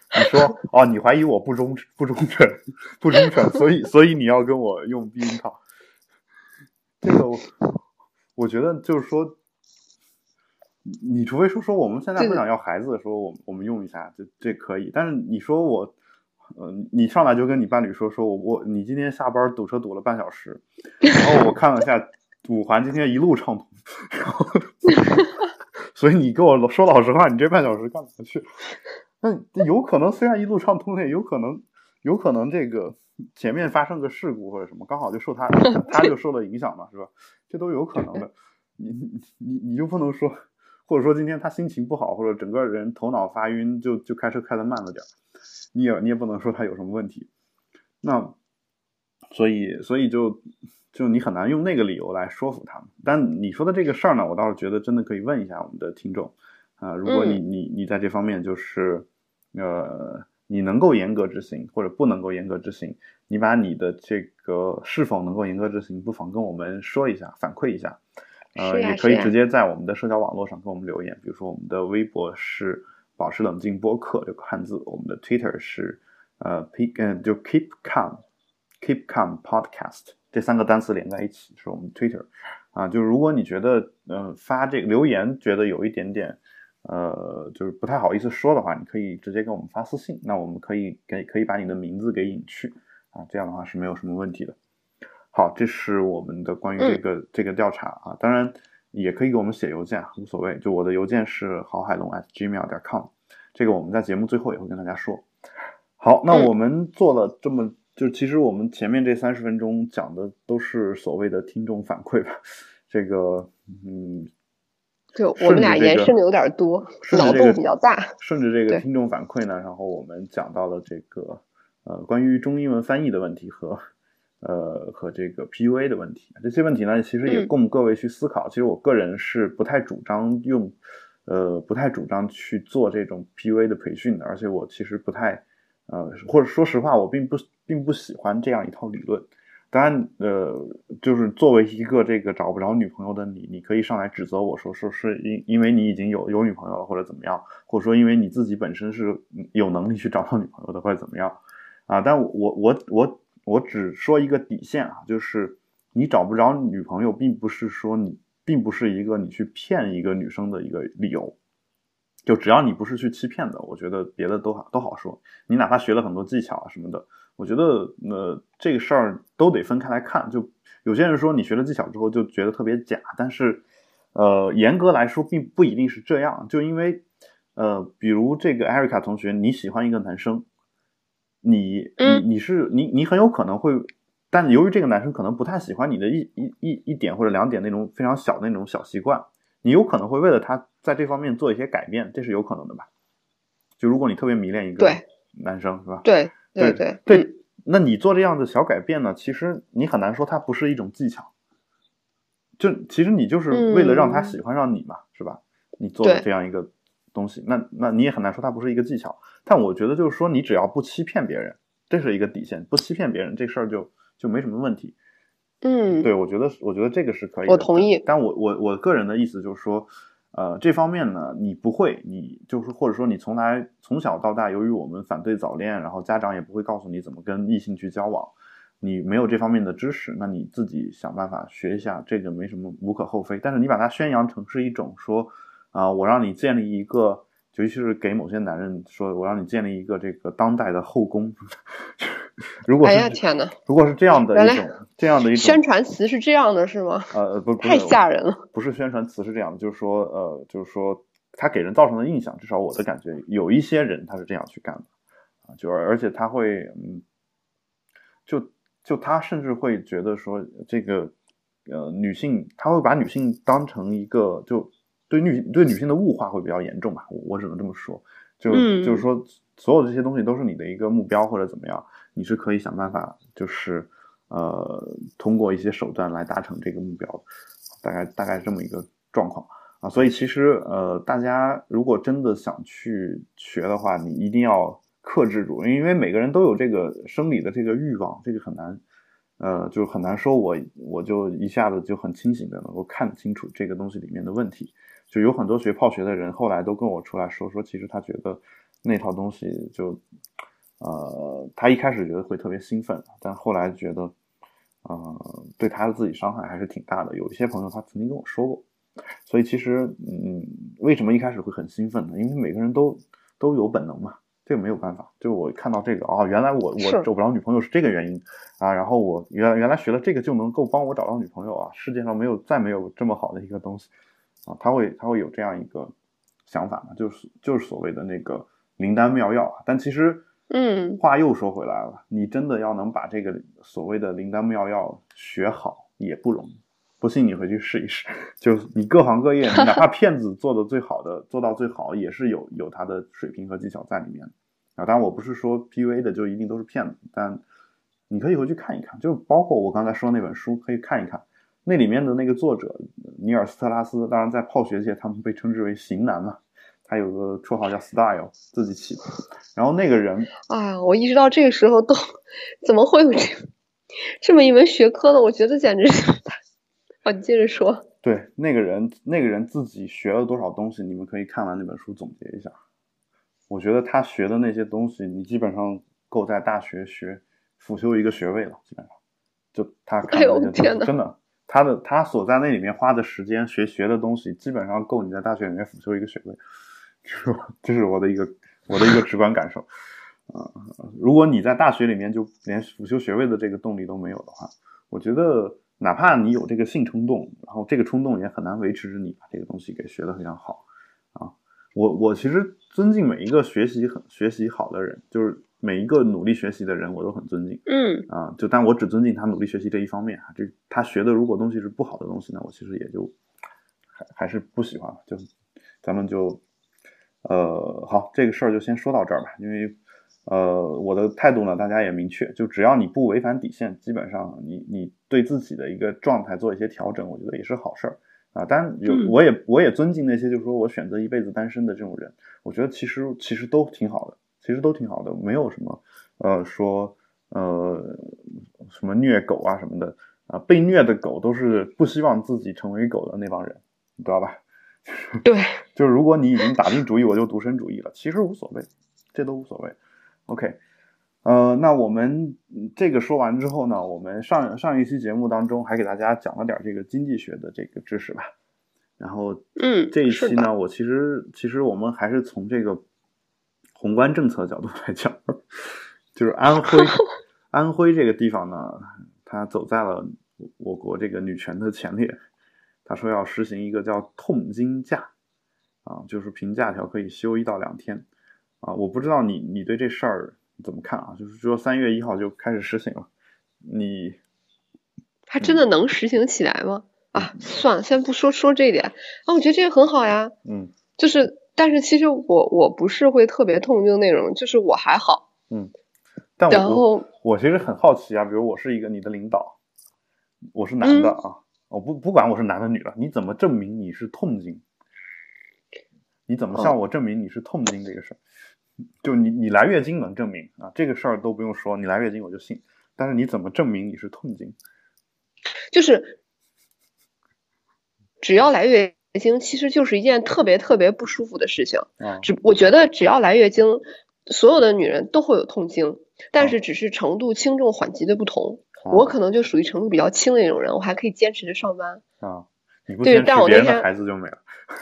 你说哦，你怀疑我不忠不忠诚不忠诚，所以所以你要跟我用避孕套。这个我我觉得就是说，你除非说说我们现在不想要孩子的时候，我我们用一下，这这可以。但是你说我，呃，你上来就跟你伴侣说说我我你今天下班堵车堵了半小时，然后我看了下五环今天一路畅通，然后所以你跟我说老实话，你这半小时干嘛去？那有可能虽然一路畅通，也有可能有可能这个前面发生个事故或者什么，刚好就受他他就受了影响嘛，是吧？这都有可能的。你你你就不能说，或者说今天他心情不好，或者整个人头脑发晕，就就开车开得慢了点，你也你也不能说他有什么问题。那所以所以就就你很难用那个理由来说服他们。但你说的这个事儿呢，我倒是觉得真的可以问一下我们的听众啊、呃，如果你你你在这方面就是呃你能够严格执行或者不能够严格执行，你把你的这个是否能够严格执行，不妨跟我们说一下，反馈一下。呃，也可以直接在我们的社交网络上跟我们留言，比如说我们的微博是保持冷静播客六个汉字，我们的 Twitter 是呃 Keep 就 Keep Calm Keep Calm Podcast 这三个单词连在一起是我们 Twitter 啊，就是如果你觉得呃发这个留言觉得有一点点呃就是不太好意思说的话，你可以直接给我们发私信，那我们可以给可以把你的名字给隐去啊，这样的话是没有什么问题的。好，这是我们的关于这个、嗯、这个调查啊，当然也可以给我们写邮件，无所谓。就我的邮件是郝海龙 at gmail 点 com， 这个我们在节目最后也会跟大家说。好，那我们做了这么，嗯、就其实我们前面这三十分钟讲的都是所谓的听众反馈吧，这个嗯， 就我们俩延伸的有点多， 这个、 脑洞比较大。 顺着这个听众反馈呢，然后我们讲到了这个呃关于中英文翻译的问题和。呃，和这个 P U A 的问题，这些问题呢，其实也供各位去思考。嗯、其实我个人是不太主张用，呃，不太主张去做这种 P U A 的培训的，而且我其实不太，呃，或者说实话，我并不并不喜欢这样一套理论。当然，呃，就是作为一个这个找不着女朋友的你，你可以上来指责我说，说是因因为你已经有有女朋友了，或者怎么样，或者说因为你自己本身是有能力去找到女朋友的，或者怎么样啊？但我我我。我只说一个底线啊，就是你找不着女朋友，并不是说你，并不是一个你去骗一个女生的一个理由。就只要你不是去欺骗的，我觉得别的都好都好说。你哪怕学了很多技巧啊什么的，我觉得呃这个事儿都得分开来看。就有些人说你学了技巧之后就觉得特别假，但是呃严格来说并不一定是这样。就因为呃比如这个艾瑞卡同学，你喜欢一个男生。你你你是你你很有可能会，但由于这个男生可能不太喜欢你的一一一一点或者两点那种非常小的那种小习惯，你有可能会为了他在这方面做一些改变，这是有可能的吧？就如果你特别迷恋一个男生，是吧？ 对对对对对，那你做这样的小改变呢，其实你很难说它不是一种技巧，就其实你就是为了让他喜欢上你嘛，嗯、是吧？你做的这样一个东西，那那你也很难说它不是一个技巧。但我觉得就是说，你只要不欺骗别人，这是一个底线，不欺骗别人，这事儿就就没什么问题。 嗯， 对，我觉得我觉得这个是可以的。 我同意。 但我我我个人的意思就是说，呃，这方面呢，你不会，你就是或者说你从来从小到大，由于我们反对早恋，然后家长也不会告诉你怎么跟异性去交往，你没有这方面的知识，那你自己想办法学一下，这个没什么无可厚非。但是你把它宣扬成是一种说，啊、呃，我让你建立一个。尤其是给某些男人说，我让你建立一个这个当代的后宫。如果是、 哎呀天哪， 如果是这样的一种这样的一种宣传词是这样的是吗？ 呃，不， 太吓人了。 不是宣传词是这样的，就是说，呃，就是说他给人造成的印象，至少我的感觉，有一些人他是这样去干的啊，就而且他会，嗯，就就他甚至会觉得说，这个呃女性，他会把女性当成一个就。对女对女性的物化会比较严重吧，我我只能这么说，就、嗯、就是说，所有这些东西都是你的一个目标或者怎么样，你是可以想办法，就是呃通过一些手段来达成这个目标的，大概大概是这么一个状况啊。所以其实呃大家如果真的想去学的话，你一定要克制住，因为每个人都有这个生理的这个欲望，这个很难。呃，就很难说我我就一下子就很清醒的能够看清楚这个东西里面的问题。就有很多学泡学的人后来都跟我出来说说，其实他觉得那套东西就呃，他一开始觉得会特别兴奋，但后来觉得呃，对他自己伤害还是挺大的。有一些朋友他曾经跟我说过，所以其实嗯，为什么一开始会很兴奋呢？因为每个人都都有本能嘛，这个没有办法。就我看到这个啊、哦，原来我我找不着女朋友是这个原因啊，然后我原原来学了这个就能够帮我找到女朋友啊，世界上没有再没有这么好的一个东西啊，他会他会有这样一个想法嘛，就是就是所谓的那个灵丹妙药啊。但其实嗯， 话又说回来了，你真的要能把这个所谓的灵丹妙药学好也不容易。不信你回去试一试，就你各行各业，你哪怕骗子做的最好的，做到最好，也是有有他的水平和技巧在里面啊。当然，我不是说 P U A 的就一定都是骗子，但你可以回去看一看，就包括我刚才说那本书，可以看一看那里面的那个作者尼尔斯特拉斯，当然在泡学界他们被称之为型男嘛。他有个绰号叫 Style， 自己起的。然后那个人， 哎呀，我一直到这个时候都怎么会有这这么一门学科呢？我觉得简直是……好，你接着说。 对，那个人，那个人自己学了多少东西，你们可以看完那本书总结一下。我觉得他学的那些东西，你基本上够在大学学辅修一个学位了，基本上。就他看的那些东西， 哎呦， 真的，他的他所在那里面花的时间学学的东西，基本上够你在大学里面辅修一个学位。这是我的一个我的一个直观感受啊、呃！如果你在大学里面就连辅修学位的这个动力都没有的话，我觉得哪怕你有这个性冲动，然后这个冲动也很难维持着你把这个东西给学得非常好啊！我我其实尊敬每一个学习很学习好的人，就是每一个努力学习的人，我都很尊敬。 嗯啊，就但我只尊敬他努力学习这一方面啊，这他学的如果东西是不好的东西呢，我其实也就还还是不喜欢，就咱们就。呃，好，这个事儿就先说到这儿吧，因为，呃，我的态度呢，大家也明确，就只要你不违反底线，基本上你你对自己的一个状态做一些调整，我觉得也是好事儿啊。当然有，我也我也尊敬那些就是说我选择一辈子单身的这种人，我觉得其实其实都挺好的，其实都挺好的，没有什么呃说呃什么虐狗啊什么的啊，被虐的狗都是不希望自己成为狗的那帮人，你知道吧？ 对， 就是如果你已经打定主意我就独身主义了，其实无所谓，这都无所谓。 OK， 呃，那我们这个说完之后呢，我们上上一期节目当中还给大家讲了点这个经济学的这个知识吧，然后嗯， 这一期呢，我其实其实我们还是从这个宏观政策角度来讲，就是安徽安徽这个地方呢，它走在了我国这个女权的前列。他说要实行一个叫痛经假啊，就是凭假条可以休一到两天啊。我不知道你你对这事儿怎么看啊？就是说三月一号就开始实行了，你他真的能实行起来吗？嗯、啊，算了，先不说说这一点啊，我觉得这个很好呀。 嗯， 就是但是其实我我不是会特别痛经那种，就是我还好。 嗯，但我然后我其实很好奇啊，比如我是一个你的领导，我是男的啊。嗯，我不不管我是男的女的，你怎么证明你是痛经？你怎么向我证明你是痛经这个事儿？哦、就你你来月经能证明啊，这个事儿都不用说，你来月经我就信。但是你怎么证明你是痛经？ 就是只要来月经，其实就是一件特别特别不舒服的事情。 啊、 只我觉得只要来月经，所有的女人都会有痛经，但是只是程度轻重缓急的不同。啊、我可能就属于程度比较轻的那种人，我还可以坚持着上班。 啊，你不坚持，别人的孩子就没了。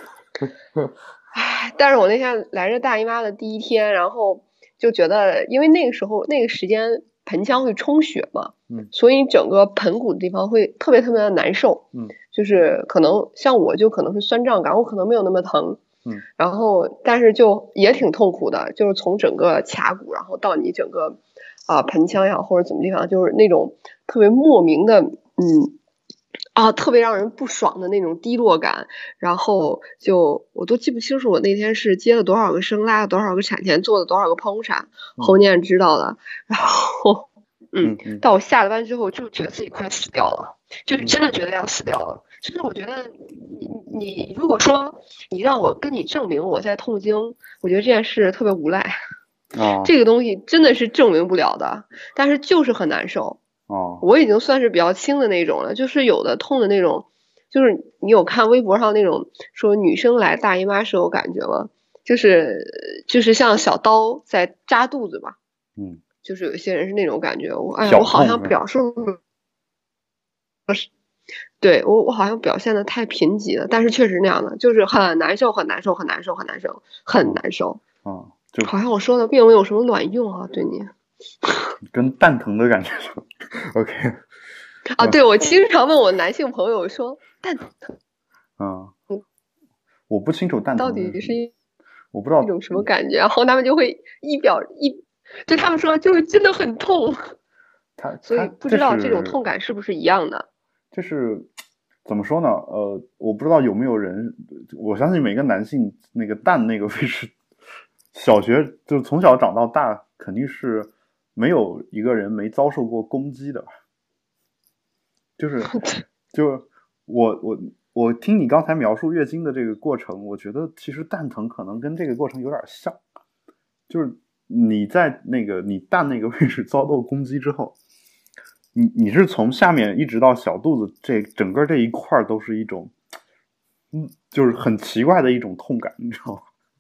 唉，但是我那天来着大姨妈的第一天，然后就觉得，因为那个时候那个时间盆腔会充血嘛， 嗯， 所以整个盆骨的地方会特别特别的难受， 嗯， 就是可能像我就可能是酸胀感，我可能没有那么疼， 嗯， 然后但是就也挺痛苦的，就是从整个髂骨，然后到你整个啊、呃、盆腔呀或者怎么地方，就是那种特别莫名的，嗯。啊，特别让人不爽的那种低落感，然后就我都记不清楚我那天是接了多少个生，拉了多少个产前，做了多少个剖宫产，后面知道了。然后，嗯，嗯到我下了班之后，就觉得自己快死掉了，就是真的觉得要死掉了。就是我觉得你你如果说你让我跟你证明我在痛经，我觉得这件事特别无赖。 哦， 这个东西真的是证明不了的，但是就是很难受。 哦， 我已经算是比较轻的那种了，就是有的痛的那种，就是你有看微博上那种说女生来大姨妈是有感觉吗？ 就是就是像小刀在扎肚子吧， 嗯， 就是有些人是那种感觉。我哎呀，我好像表述，对我我好像表现的太贫瘠了，但是确实那样的，就是很难受，很难受，很难受，很难受，很难受。 啊、嗯，就好像我说的并没有什么卵用啊，对你。 跟蛋疼的感觉是吧？OK。 啊，对，我经常问我男性朋友说蛋疼。 嗯，我不清楚蛋疼到底是一， 我不知道一种什么感觉，然后他们就会一表一，就他们说就是真的很痛。 他所以不知道这种痛感是不是一样的。 这是怎么说呢？呃，我不知道有没有人，我相信每个男性那个蛋那个位置，小学就是从小长到大，肯定是没有一个人没遭受过攻击的。就是就我我我听你刚才描述月经的这个过程，我觉得其实蛋疼可能跟这个过程有点像，就是你在那个你蛋那个位置遭到攻击之后，你你是从下面一直到小肚子，这整个这一块都是一种，嗯，就是很奇怪的一种痛感，你知道吗？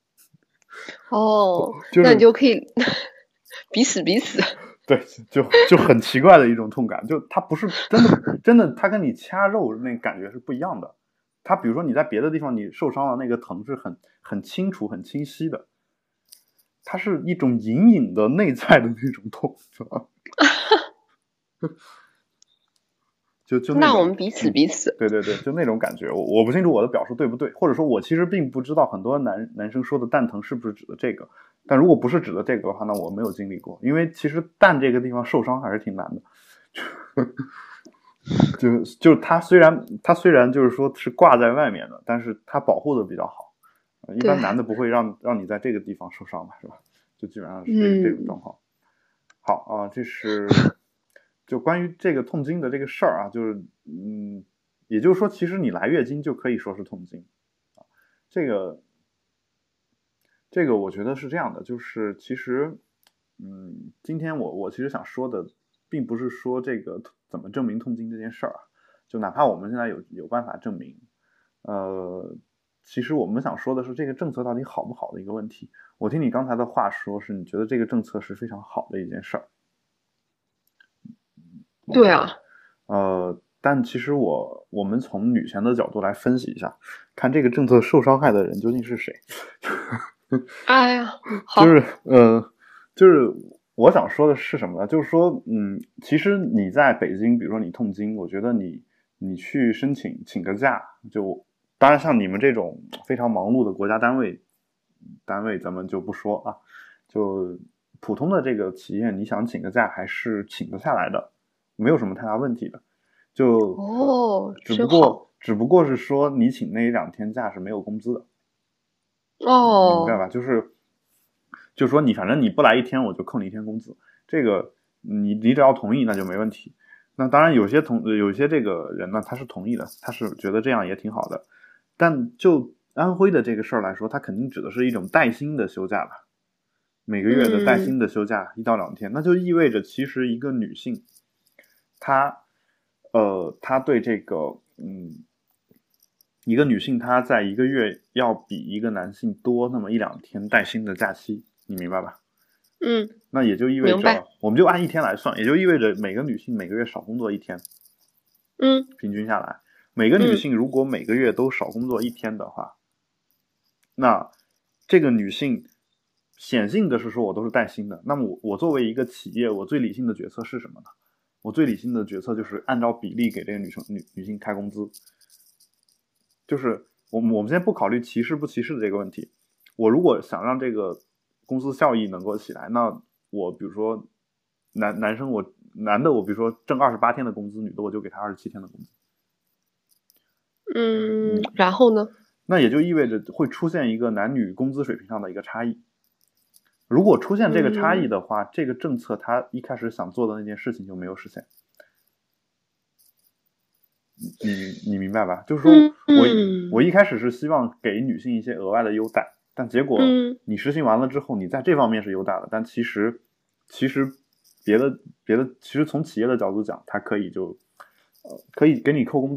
哦， 就是、 那你就可以彼此彼此。 对，就就很奇怪的一种痛感，就它不是真的，真的，它跟你掐肉那感觉是不一样的。它比如说你在别的地方你受伤了，那个疼是很很清楚、很清晰的，它是一种隐隐的内在的那种痛，是吧？就就那那我们彼此彼此、 嗯。对对对，就那种感觉，我我不清楚我的表述对不对，或者说我其实并不知道很多男男生说的蛋疼是不是指的这个。但如果不是指的这个的话，那我没有经历过，因为其实蛋这个地方受伤还是挺难的。就就它虽然它虽然就是说是挂在外面的，但是它保护的比较好。一般男的不会让让你在这个地方受伤吧，是吧？就基本上是这、嗯、这种状况。好啊、呃，这是就关于这个痛经的这个事儿啊，就是嗯，也就是说，其实你来月经就可以说是痛经啊，这个。这个我觉得是这样的，就是其实，嗯，今天我我其实想说的，并不是说这个怎么证明痛经这件事儿，就哪怕我们现在有有办法证明，呃，其实我们想说的是这个政策到底好不好的一个问题。我听你刚才的话说，是你觉得这个政策是非常好的一件事儿。 对啊。 呃，但其实我我们从女权的角度来分析一下，看这个政策受伤害的人究竟是谁。 哎呀， 就是呃，就是我想说的是什么呢？就是说，嗯，其实你在北京，比如说你痛经，我觉得你你去申请请个假，就当然像你们这种非常忙碌的国家单位单位，咱们就不说啊，就普通的这个企业，你想请个假还是请得下来的，没有什么太大问题的。就哦， 只不过只不过是说你请那一两天假是没有工资的。 哦， 明白吧？就是，就是说你反正你不来一天，我就扣你一天工资。这个你你只要同意，那就没问题。那当然有些同有些这个人呢，他是同意的，他是觉得这样也挺好的。但就安徽的这个事儿来说，他肯定指的是一种带薪的休假吧，每个月的带薪的休假、嗯、一到两天，那就意味着其实一个女性，她呃她对这个嗯。一个女性她在一个月要比一个男性多那么一两天带薪的假期，你明白吧？ 嗯， 那也就意味着，我们就按一天来算，也就意味着每个女性每个月少工作一天。 嗯， 平均下来，每个女性如果每个月都少工作一天的话，嗯、那这个女性显性的是说我都是带薪的。那么我我作为一个企业，我最理性的决策是什么呢？我最理性的决策就是按照比例给这个女生女女性开工资。就是我们我们先不考虑歧视不歧视的这个问题，我如果想让这个公司效益能够起来，那我比如说男男生我男的我比如说挣二十八天的工资，女的我就给他二十七天的工资。 嗯，然后呢？ 那也就意味着会出现一个男女工资水平上的一个差异。如果出现这个差异的话，嗯、这个政策他一开始想做的那件事情就没有实现。你你明白吧？就是说我、嗯、我一开始是希望给女性一些额外的优待，但结果你实行完了之后，你在这方面是优待了，但其实其实别的别的，其实从企业的角度讲，它可以就呃可以给你扣工资嘛，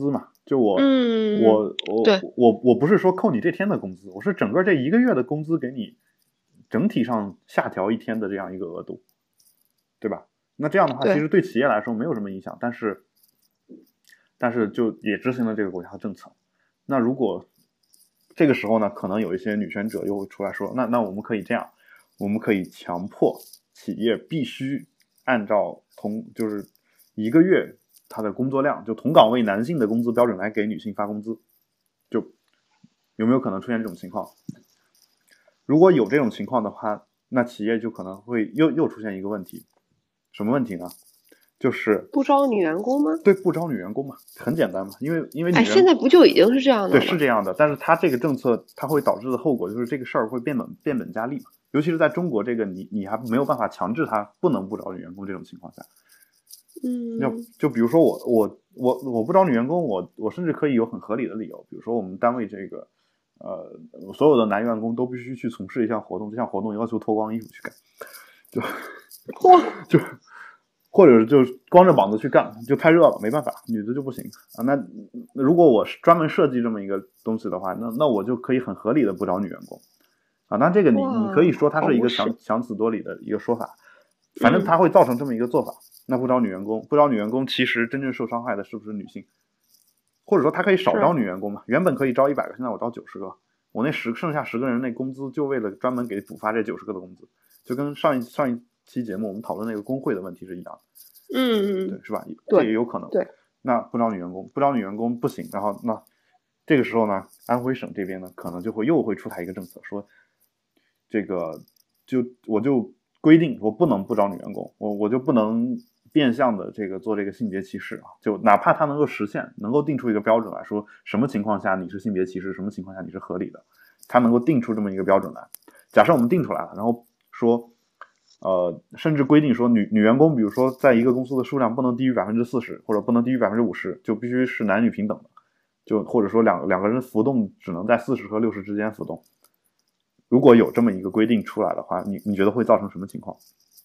就我， 嗯， 我我对我我不是说扣你这天的工资，我是整个这一个月的工资给你整体上下调一天的这样一个额度，对吧？那这样的话，其实对企业来说没有什么影响，但是但是就也执行了这个国家的政策。那如果这个时候呢，可能有一些女权者又会出来说，那那我们可以这样，我们可以强迫企业必须按照同就是一个月他的工作量，就同岗位男性的工资标准来给女性发工资，就有没有可能出现这种情况？如果有这种情况的话，那企业就可能会又又出现一个问题，什么问题呢？就是不招女员工吗？ 对，不招女员工嘛，很简单嘛，因为因为女哎，现在不就已经是这样的对， 吗？ 是这样的，但是它这个政策它会导致的后果就是这个事儿会变本变本加厉嘛，尤其是在中国这个你你还没有办法强制他不能不招女员工这种情况下， 嗯， 就就比如说我我我我不招女员工，我我甚至可以有很合理的理由，比如说我们单位这个呃所有的男员工都必须去从事一项活动，这项活动要求脱光衣服去干，就就。或者就光着膀子去干，就太热了，没办法，女的就不行啊。那如果我专门设计这么一个东西的话，那那我就可以很合理的不招女员工啊。那这个你你可以说它是一个强强词夺理的一个说法，反正它会造成这么一个做法。嗯、那不招女员工，不招女员工，其实真正受伤害的是不是女性？或者说他可以少招女员工嘛？原本可以招一百个，现在我招九十个，我那十剩下十个人那工资就为了专门给补发这九十个的工资，就跟上一上一期节目我们讨论那个工会的问题是一样的。 嗯， 对，是吧？ 这也有可能。 对， 那不招女员工，不招女员工不行。然后那这个时候呢，安徽省这边呢，可能就会又会出台一个政策，说这个就我就规定我不能不招女员工，我我就不能变相的这个做这个性别歧视啊。就哪怕它能够实现，能够定出一个标准来说，什么情况下你是性别歧视，什么情况下你是合理的，它能够定出这么一个标准来。假设我们定出来了，然后说。呃，甚至规定说女女员工，比如说在一个公司的数量不能低于百分之四十，或者不能低于百分之五十，就必须是男女平等的，就或者说两两个人浮动只能在四十和六十之间浮动。如果有这么一个规定出来的话，你你觉得会造成什么情况？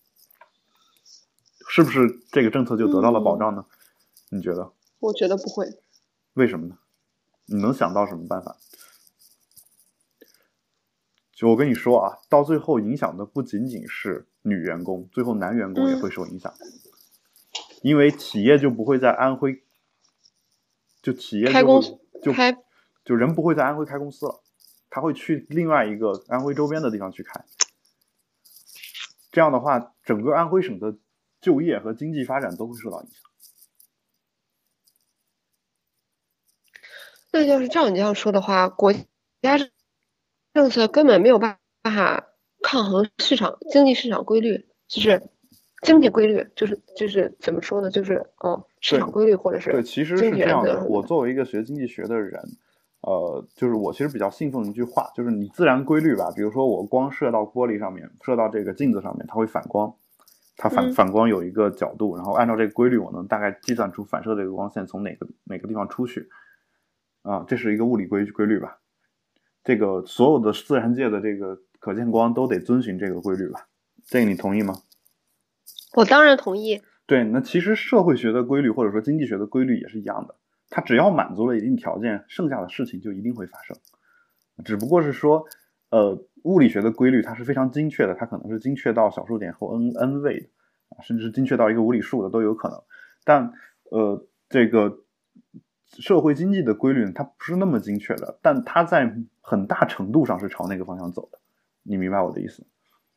是不是这个政策就得到了保障呢？嗯、你觉得？ 我觉得不会。 为什么呢？你能想到什么办法？就我跟你说啊，到最后影响的不仅仅是女员工，最后男员工也会受影响，嗯、因为企业就不会在安徽，就企业就开公司就开就人不会在安徽开公司了，他会去另外一个安徽周边的地方去开。这样的话，整个安徽省的就业和经济发展都会受到影响。 那就是照你这样说的话，国家政策根本没有办法抗衡市场经济市场规律，就是经济规律，就是就是怎么说呢？就是哦，市场规律或者是对，其实是这样的。我作为一个学经济学的人，呃，就是我其实比较信奉一句话，就是你自然规律吧。比如说我光射到玻璃上面，射到这个镜子上面，它会反光，它反、嗯、反光有一个角度，然后按照这个规律，我能大概计算出反射这个光线从哪个哪个地方出去。啊，这是一个物理规规律吧？这个所有的自然界的这个可见光都得遵循这个规律吧？这个你同意吗？ 我当然同意。 对，那其实社会学的规律或者说经济学的规律也是一样的，它只要满足了一定条件，剩下的事情就一定会发生。只不过是说，呃，物理学的规律它是非常精确的，它可能是精确到小数点后 n n 位的，甚至精确到一个无理数的都有可能。但呃，这个社会经济的规律它不是那么精确的，但它在很大程度上是朝那个方向走的。你明白我的意思？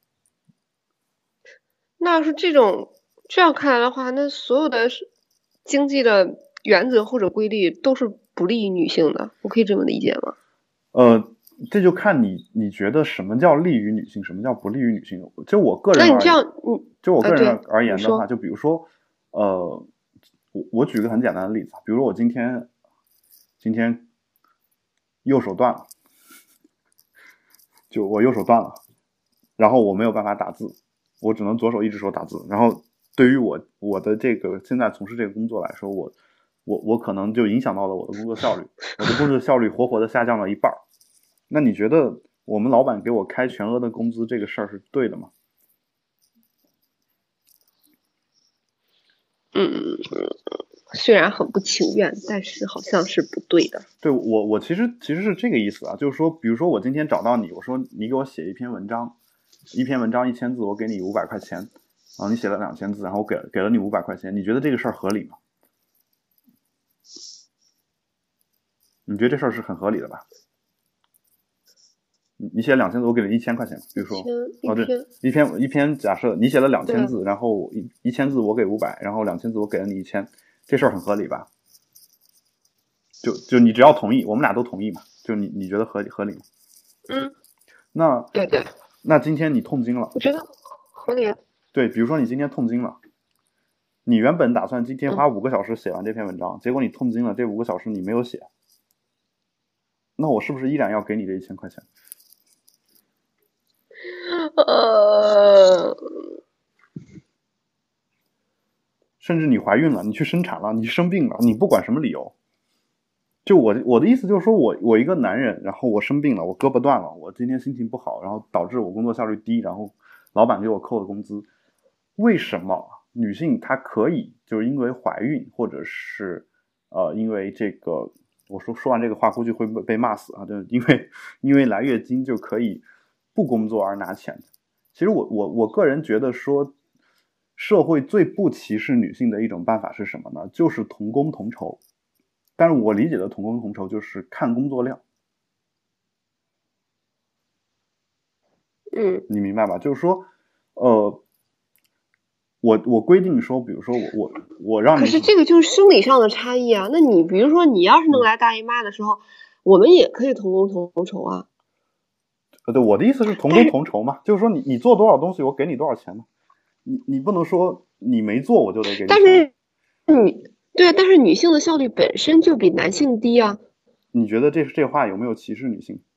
那要是这种这样看来的话，那所有的经济的原则或者规律都是不利于女性的，我可以这么理解吗？ 呃，这就看你你觉得什么叫利于女性，什么叫不利于女性。就我个人而言， 那你这样，嗯， 就我个人而言的话， 呃、 就比如说，呃，我我举个很简单的例子，比如说我今天今天右手断了，就我右手断了，然后我没有办法打字，我只能左手一只手打字，然后对于我我的这个现在从事这个工作来说，我我我可能就影响到了我的工作效率，我的工作效率活活的下降了一半。那你觉得我们老板给我开全额的工资这个事儿是对的吗？ 嗯， 虽然很不情愿，但是好像是不对的。 对，我我其实其实是这个意思啊，就是说，比如说我今天找到你，我说你给我写一篇文章，一篇文章一千字，我给你五百块钱，然后你写了两千字，然后我给给了你五百块钱，你觉得这个事儿合理吗？你觉得这事儿是很合理的吧？你写两千字，我给了一千块钱，比如说，哦对，一篇一篇，假设你写了两千字，然后一一千字我给五百，然后两千字我给了你一千，这事儿很合理吧？就就你只要同意，我们俩都同意嘛，就你你觉得合理合理吗？ 嗯， 那对对， 那今天你痛经了， 我觉得合理。 对，比如说你今天痛经了，你原本打算今天花五个小时写完这篇文章，嗯、结果你痛经了，这五个小时你没有写，那我是不是依然要给你这一千块钱？ 呃， 甚至你怀孕了，你去生产了，你生病了，你不管什么理由，就我我的意思就是说我我一个男人，然后我生病了，我胳膊断了，我今天心情不好，然后导致我工作效率低，然后老板给我扣了工资，为什么女性她可以就是因为怀孕或者是呃因为这个我说说完这个话估计会被骂死啊，就因为因为来月经就可以不工作而拿钱？其实我我我个人觉得说，社会最不歧视女性的一种办法是什么呢？就是同工同酬。但是我理解的同工同酬就是看工作量。 嗯， 你明白吧？就是说，呃，我我规定说，比如说我我我让你， 可是这个就是生理上的差异啊。那你比如说，你要是能来大姨妈的时候，嗯、我们也可以同工同酬啊。 呃，对，我的意思是同工同酬嘛，就是说你你做多少东西，我给你多少钱嘛。你你不能说你没做我就得给你钱。 但是你对啊，但是女性的效率本身就比男性低啊。 你觉得这这话有没有歧视女性？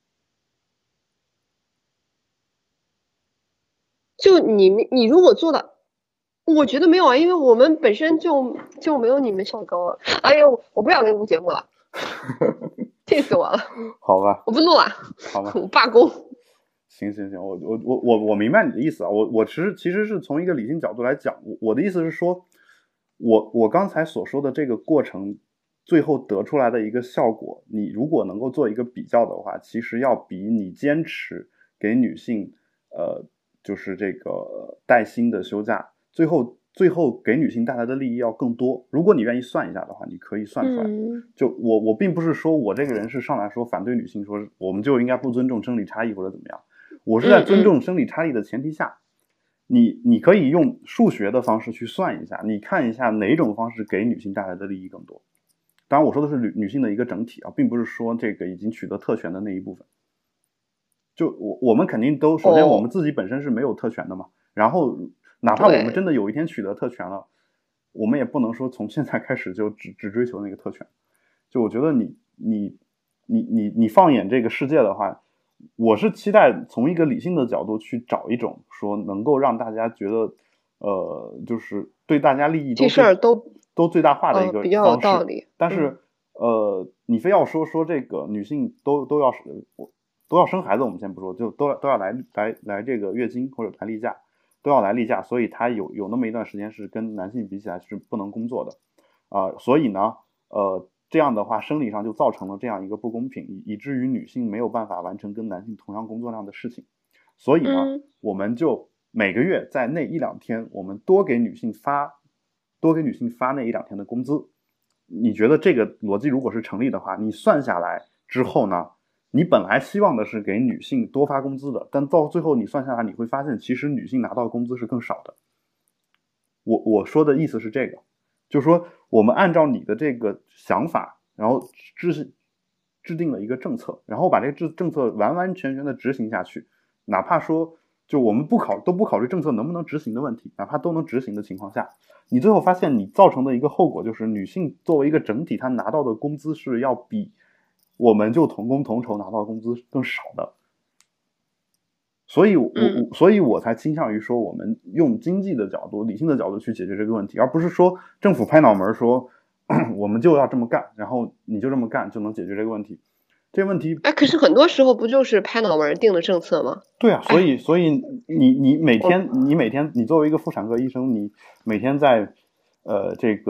就你你如果做的，我觉得没有啊，因为我们本身就就没有你们效率高啊。哎呦，我不想跟你录节目了。气死我了！ 好吧， 我不录了， 好吧， 我罢工。 行行行，我我我我我明白你的意思啊，我我其实其实是从一个理性角度来讲，我我的意思是说，我我刚才所说的这个过程，最后得出来的一个效果，你如果能够做一个比较的话，其实要比你坚持给女性呃就是这个带薪的休假，最后。最后给女性带来的利益要更多。如果你愿意算一下的话，你可以算出来。 嗯、 就我我并不是说我这个人是上来说反对女性，说我们就应该不尊重生理差异或者怎么样。我是在尊重生理差异的前提下，嗯、你你可以用数学的方式去算一下，你看一下哪种方式给女性带来的利益更多。当然我说的是女女性的一个整体啊，并不是说这个已经取得特权的那一部分。就我我们肯定都首先我们自己本身是没有特权的嘛，哦、然后。哪怕我们真的有一天取得特权了，我们也不能说从现在开始就只只追求那个特权。就我觉得你你你你你放眼这个世界的话，我是期待从一个理性的角度去找一种说能够让大家觉得呃就是对大家利益都这事儿都都最大化的一个方式。 比较有道理。 但是、嗯、呃你非要说说这个女性都都要都要生孩子，我们先不说，就都都要来来来这个月经或者来例假。都要来例假，所以他有有那么一段时间是跟男性比起来是不能工作的，啊、呃，所以呢，呃，这样的话生理上就造成了这样一个不公平，以以至于女性没有办法完成跟男性同样工作量的事情，所以呢， 嗯、 我们就每个月在那一两天，我们多给女性发，多给女性发那一两天的工资。你觉得这个逻辑如果是成立的话，你算下来之后呢？你本来希望的是给女性多发工资的，但到最后你算下来，你会发现其实女性拿到的工资是更少的。我我说的意思是这个，就是说我们按照你的这个想法，然后制制定了一个政策，然后把这个政政策完完全全的执行下去，哪怕说就我们不考都不考虑政策能不能执行的问题，哪怕都能执行的情况下，你最后发现你造成的一个后果就是女性作为一个整体，她拿到的工资是要比我们就同工同酬拿到工资更少的，所以我， 嗯、 我所以我才倾向于说，我们用经济的角度、理性的角度去解决这个问题，而不是说政府拍脑门说我们就要这么干，然后你就这么干就能解决这个问题。这个问题， 哎，可是很多时候不就是拍脑门定的政策吗？ 对啊，所以，所以你你每天你每天你作为一个妇产科医生，你每天在呃这个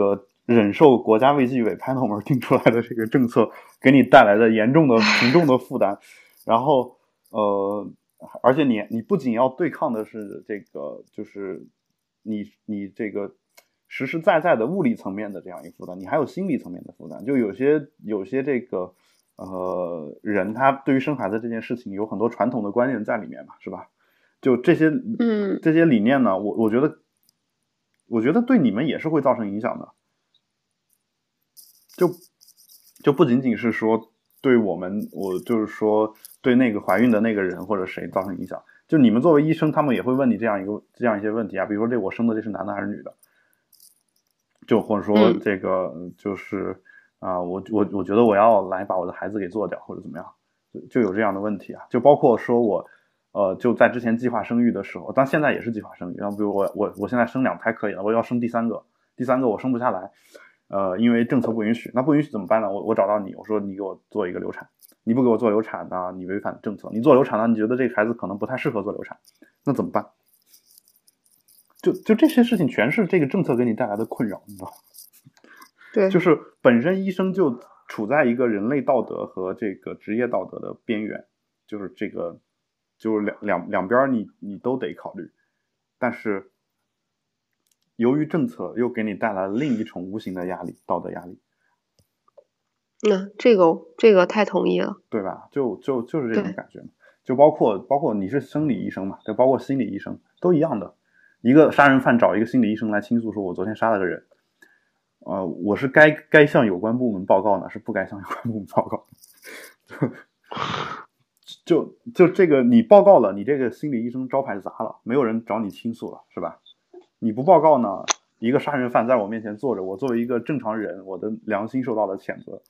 忍受国家卫计委拍脑门定出来的这个政策给你带来的严重的沉重的负担，然后呃，而且你你不仅要对抗的是这个，就是你你这个实实在在的物理层面的这样一个负担，你还有心理层面的负担。就有些有些这个呃人，他对于生孩子这件事情有很多传统的观念在里面嘛，是吧？就这些嗯这些理念呢，我我觉得我觉得对你们也是会造成影响的。就就不仅仅是说对我们，我就是说对那个怀孕的那个人或者谁造成影响，就你们作为医生，他们也会问你这样一个这样一些问题啊，比如说这我生的这是男的还是女的，就或者说这个就是啊、呃，我我我觉得我要来把我的孩子给做掉或者怎么样，就就有这样的问题啊，就包括说我呃就在之前计划生育的时候，但现在也是计划生育，然后比如我我我现在生两胎可以了，我要生第三个，第三个我生不下来。呃，因为政策不允许，那不允许怎么办呢？我我找到你，我说你给我做一个流产，你不给我做流产呢，你违反政策；你做流产呢，你觉得这个孩子可能不太适合做流产，那怎么办？就就这些事情全是这个政策给你带来的困扰，你知道吗？ 对， 就是本身医生就处在一个人类道德和这个职业道德的边缘，就是这个就是两两两边你你都得考虑，但是。由于政策又给你带来了另一重无形的压力，道德压力。 嗯，这个这个太同意了， 对吧？就就就是这种感觉，就包括包括你是生理医生嘛，就包括心理医生都一样的。一个杀人犯找一个心理医生来倾诉说，我昨天杀了个人，呃，我是该该向有关部门报告呢，是不该向有关部门报告的。就就这个你报告了，你这个心理医生招牌砸了，没有人找你倾诉了，是吧？你不报告呢，一个杀人犯在我面前坐着，我作为一个正常人，我的良心受到了谴责，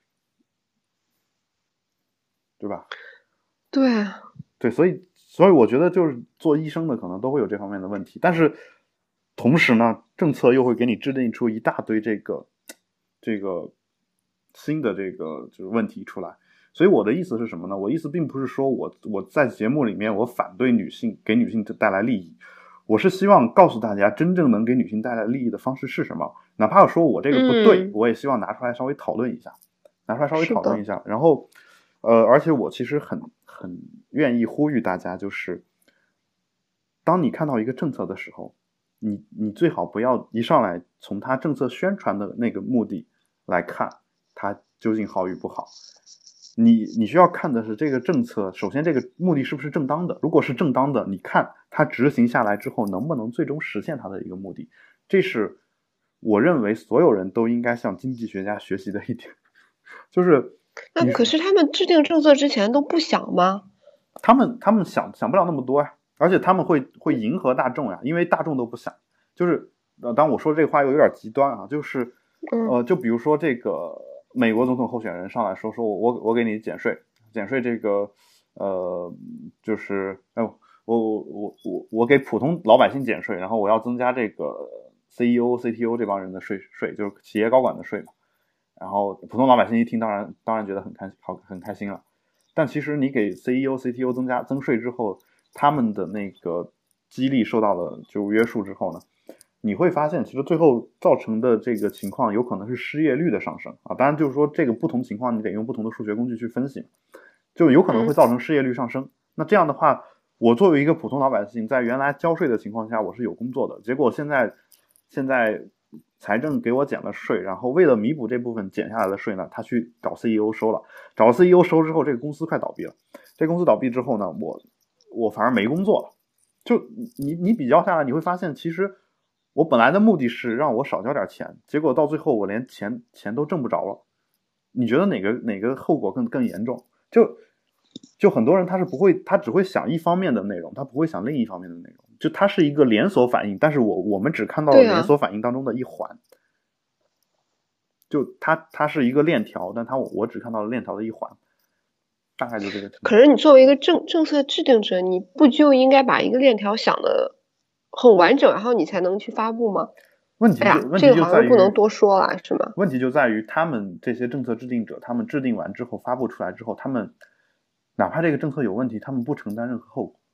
对吧？ 对对，所以所以我觉得就是做医生的可能都会有这方面的问题，但是同时呢，政策又会给你制定出一大堆这个这个新的这个就是问题出来。所以我的意思是什么呢？我意思并不是说我我在节目里面我反对女性给女性带来利益。我是希望告诉大家，真正能给女性带来利益的方式是什么。哪怕说我这个不对， 嗯、 我也希望拿出来稍微讨论一下，拿出来稍微讨论一下。然后，呃，而且我其实很很愿意呼吁大家，就是当你看到一个政策的时候，你你最好不要一上来从它政策宣传的那个目的来看它究竟好与不好。你你需要看的是这个政策，首先这个目的是不是正当的？如果是正当的，你看它执行下来之后能不能最终实现它的一个目的？这是我认为所有人都应该向经济学家学习的一点。就是那可是他们制定政策之前都不想吗？ 他们他们想想不了那么多呀，而且他们会会迎合大众呀，因为大众都不想。就是呃，当我说这个话又有点极端啊，就是呃，就比如说这个。美国总统候选人上来说说我我给你减税，减税这个呃就是哎我我我我我给普通老百姓减税，然后我要增加这个 C E O、C T O 这帮人的税税，就是企业高管的税嘛。然后普通老百姓一听，当然当然觉得很开好很开心了。但其实你给 C E O、C T O 增加增税之后，他们的那个激励受到了就约束之后呢？你会发现其实最后造成的这个情况有可能是失业率的上升啊，当然就是说这个不同情况你得用不同的数学工具去分析，就有可能会造成失业率上升。那这样的话，我作为一个普通老百姓，在原来交税的情况下我是有工作的，结果现在现在财政给我减了税，然后为了弥补这部分减下来的税呢，他去找 C E O 收了，找 C E O 收之后，这个公司快倒闭了，这公司倒闭之后呢，我我反而没工作了。就你你比较下来，你会发现其实我本来的目的是让我少交点钱，结果到最后我连钱钱都挣不着了。你觉得哪个哪个后果更更严重？就就很多人他是不会，他只会想一方面的内容，他不会想另一方面的内容。就它是一个连锁反应，但是我我们只看到了连锁反应当中的一环。啊、就它它是一个链条，但它我只看到了链条的一环。大概就这个。 可是你作为一个政政策制定者，你不就应该把一个链条想的很完整，然后你才能去发布吗？ 问题就、 哎呀， 问题就在于这个好像不能多说了，是吗？ 问题就在于他们这些政策制定者，他们制定完之后发布出来之后，他们哪怕这个政策有问题，他们不承担任何后果，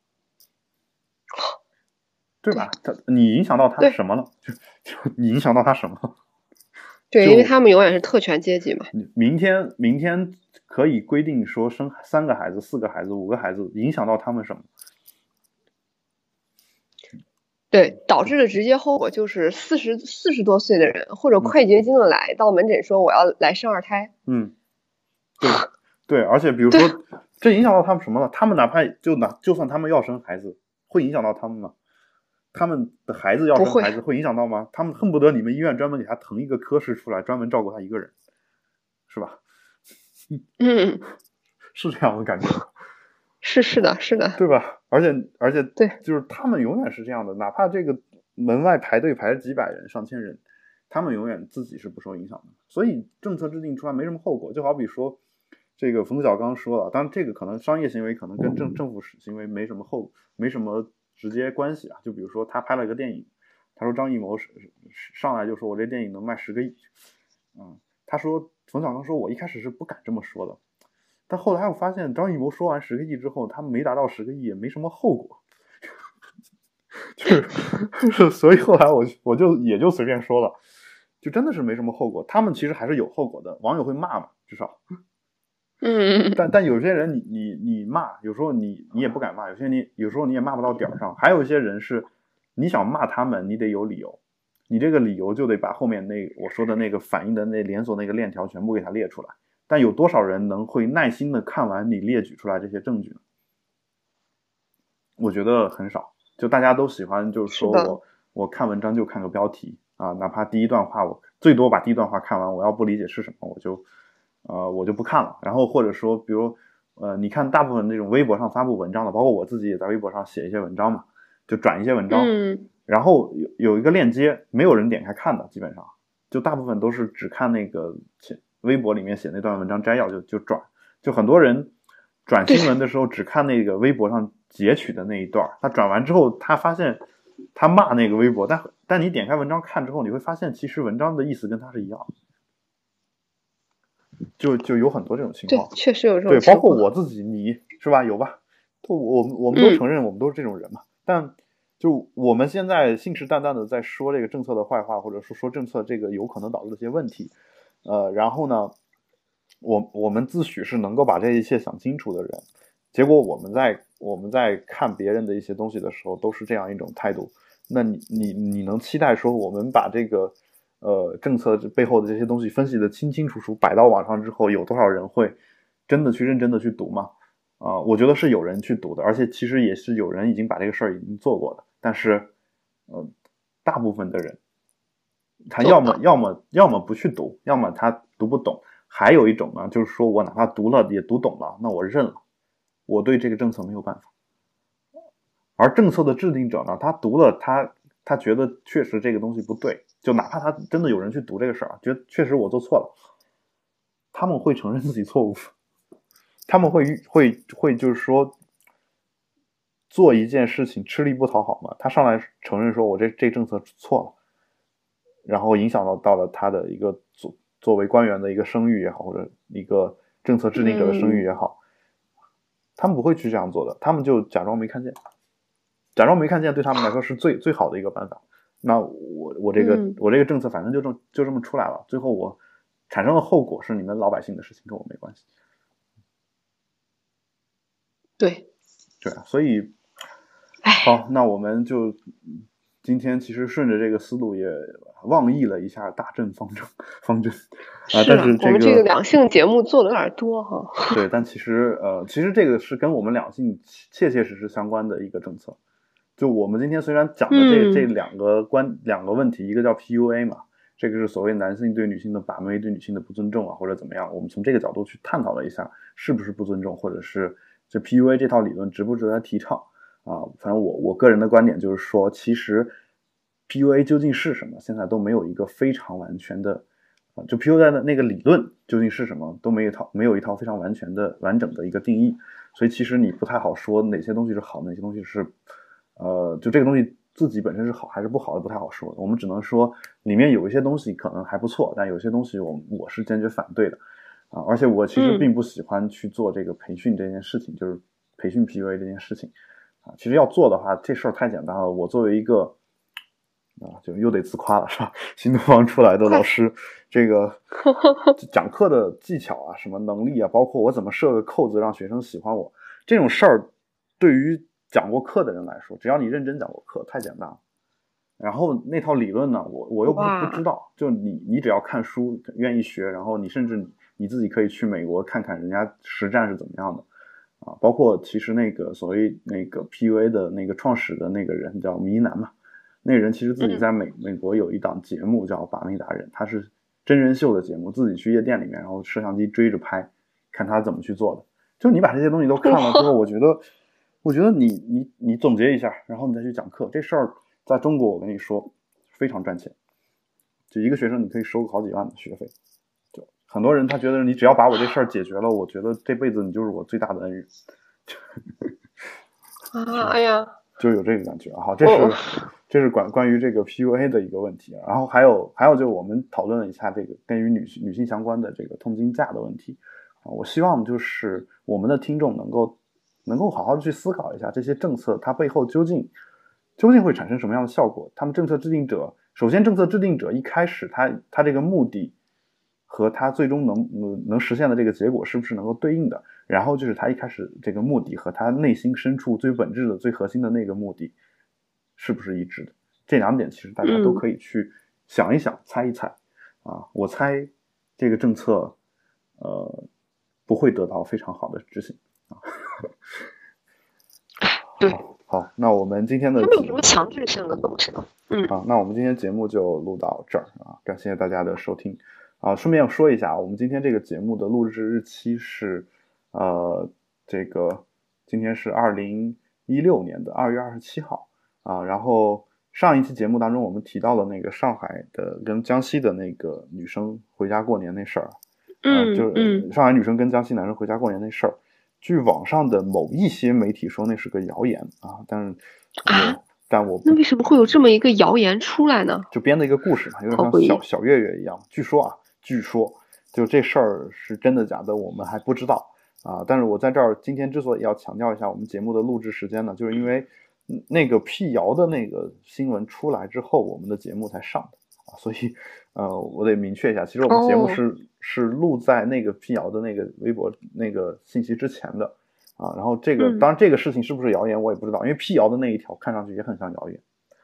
对吧？他你影响到他什么了？就就你影响到他什么了？ 对，因为他们永远是特权阶级嘛。 明天明天可以规定说生三个孩子、四个孩子、五个孩子，影响到他们什么？ 对，导致的直接后果就是四十四十多岁的人或者快绝经的来、嗯、到门诊说我要来生二胎。 嗯，对对，而且比如说这影响到他们什么了？他们哪怕就哪就算他们要生孩子，会影响到他们吗？他们的孩子要生孩子会影响到吗？他们恨不得你们医院专门给他腾一个科室出来，专门照顾他一个人，是吧？ 嗯， 是这样的感觉。 是是的，是的， 对吧？而且而且对， 就是他们永远是这样的，哪怕这个门外排队排几百人、上千人，他们永远自己是不受影响的。所以政策制定出来没什么后果，就好比说，这个冯小刚说了，当然这个可能商业行为可能跟政政府行为没什么后没什么直接关系啊。就比如说他拍了一个电影，他说张艺谋上来就说我这电影能卖十个亿，嗯，他说冯小刚说我一开始是不敢这么说的。但后来我发现，张艺谋说完十个亿之后，他没达到十个亿，也没什么后果，就是，所以后来我我就也就随便说了，就真的是没什么后果。他们其实还是有后果的，网友会骂嘛，至少， 嗯， 但但有些人你你你骂，有时候你你也不敢骂，有些你有时候你也骂不到点儿上。还有一些人是，你想骂他们，你得有理由，你这个理由就得把后面那我说的那个反应的那连锁那个链条全部给它列出来。但有多少人能会耐心的看完你列举出来这些证据呢？我觉得很少。就大家都喜欢就是说我我看文章就看个标题啊，哪怕第一段话我最多把第一段话看完，我要不理解是什么我就呃我就不看了。然后或者说比如呃你看大部分那种微博上发布文章的，包括我自己也在微博上写一些文章嘛，就转一些文章， 嗯， 然后有有一个链接没有人点开看的，基本上就大部分都是只看那个微博里面写那段文章摘要就就转，就很多人转新闻的时候只看那个微博上截取的那一段，他转完之后他发现他骂那个微博，但但你点开文章看之后，你会发现其实文章的意思跟他是一样，就就有很多这种情况。 对，确实有这种对， 情况。 包括我自己，你是吧？有吧？我我们都承认我们都是这种人嘛，嗯、但就我们现在信誓旦旦的在说这个政策的坏话，或者说说政策这个有可能导致的一些问题。呃，然后呢，我我们自诩是能够把这一切想清楚的人，结果我们在我们在看别人的一些东西的时候，都是这样一种态度。那你你你能期待说我们把这个呃政策背后的这些东西分析的清清楚楚，摆到网上之后，有多少人会真的去认真的去读吗？啊、呃，我觉得是有人去读的，而且其实也是有人已经把这个事儿已经做过的，但是呃，大部分的人。他要么要么要么不去读，要么他读不懂。还有一种呢，就是说我哪怕读了也读懂了，那我认了，我对这个政策没有办法。而政策的制定者呢，他读了他他觉得确实这个东西不对，就哪怕他真的有人去读这个事儿，觉得确实我做错了，他们会承认自己错误，他们会会会就是说做一件事情吃力不讨好嘛，他上来承认说我这这政策错了。然后影响到到了他的一个作作为官员的一个声誉也好，或者一个政策制定者的声誉也好，嗯、他们不会去这样做的，他们就假装没看见，假装没看见对他们来说是最最好的一个办法。那我我这个、嗯、我这个政策反正就这就这么出来了，最后我产生的后果是你们老百姓的事情，跟我没关系。 对， 对啊，所以好，那我们就。今天其实顺着这个思路也妄议了一下大政方针方针啊，但是、这个、 我们这个两性节目做的有点多哈。 对，但其实呃，其实这个是跟我们两性切切实实相关的一个政策。就我们今天虽然讲的这、嗯、这两个关两个问题，一个叫 P U A 嘛，这个是所谓男性对女性的把妹、对女性的不尊重啊，或者怎么样，我们从这个角度去探讨了一下是不是不尊重，或者是这 P U A 这套理论值不值得提倡。啊，反正我我个人的观点就是说，其实 P U A 究竟是什么，现在都没有一个非常完全的，啊，就 P U A 的那个理论究竟是什么，都没有一套没有一套非常完全的完整的一个定义，所以其实你不太好说哪些东西是好，哪些东西是，呃，就这个东西自己本身是好还是不好的不太好说，我们只能说里面有一些东西可能还不错，但有些东西我我是坚决反对的，啊，而且我其实并不喜欢去做这个培训这件事情，嗯、就是培训 P U A 这件事情。啊，其实要做的话，这事儿太简单了。我作为一个啊，就又得自夸了是吧？新东方出来的老师，这个讲课的技巧啊，什么能力啊，包括我怎么设个扣子让学生喜欢我，这种事儿，对于讲过课的人来说，只要你认真讲过课，太简单了。然后那套理论呢，我我又不是不知道，就你你只要看书，愿意学，然后你甚至你你自己可以去美国看看人家实战是怎么样的啊，包括其实那个所谓那个 P U A 的那个创始的那个人叫迷男嘛。那个人其实自己在美美国有一档节目叫把妹达人，他是真人秀的节目，自己去夜店里面，然后摄像机追着拍，看他怎么去做的。就你把这些东西都看了之后，我觉得，我觉得你你你总结一下，然后你再去讲课，这事儿在中国我跟你说非常赚钱，就一个学生你可以收个好几万的学费。就很多人他觉得你只要把我这事儿解决了，我觉得这辈子你就是我最大的恩人。 啊，哎呀， 就有这个感觉啊。好，这是这是关关于这个 P U A 的一个问题。然后还有还有就我们讨论了一下这个跟于女女性相关的这个痛经假的问题啊。我希望就是我们的听众能够能够好好的去思考一下这些政策它背后究竟究竟会产生什么样的效果。他们政策制定者，首先政策制定者一开始他他这个目的和他最终能能实现的这个结果是不是能够对应的，然后就是他一开始这个目的和他内心深处最本质的最核心的那个目的是不是一致的。这两点其实大家都可以去想一想、嗯、猜一猜啊。我猜这个政策呃不会得到非常好的执行啊。 对， 好，好，那我们今天的它没有什么强制性的东西了。嗯， 好，那我们今天节目就录到这儿啊，感谢大家的收听。啊，顺便说一下，我们今天这个节目的录制日期是，呃，这个今天是二零一六年的二月二十七号啊。然后上一期节目当中，我们提到了那个上海的跟江西的那个女生回家过年那事儿， 嗯， 就是上海女生跟江西男生回家过年那事儿，据网上的某一些媒体说那是个谣言啊，但是啊， 但我那为什么会有这么一个谣言出来呢？ 就编的一个故事嘛，有点像小小月月一样。据说啊。据说就这事儿是真的假的我们还不知道啊。但是我在这儿今天之所以要强调一下我们节目的录制时间呢，就是因为那个辟谣的那个新闻出来之后我们的节目才上的啊，所以呃我得明确一下，其实我们节目是、哦、是录在那个辟谣的那个微博那个信息之前的啊。然后这个、嗯、当然这个事情是不是谣言我也不知道，因为辟谣的那一条看上去也很像谣言。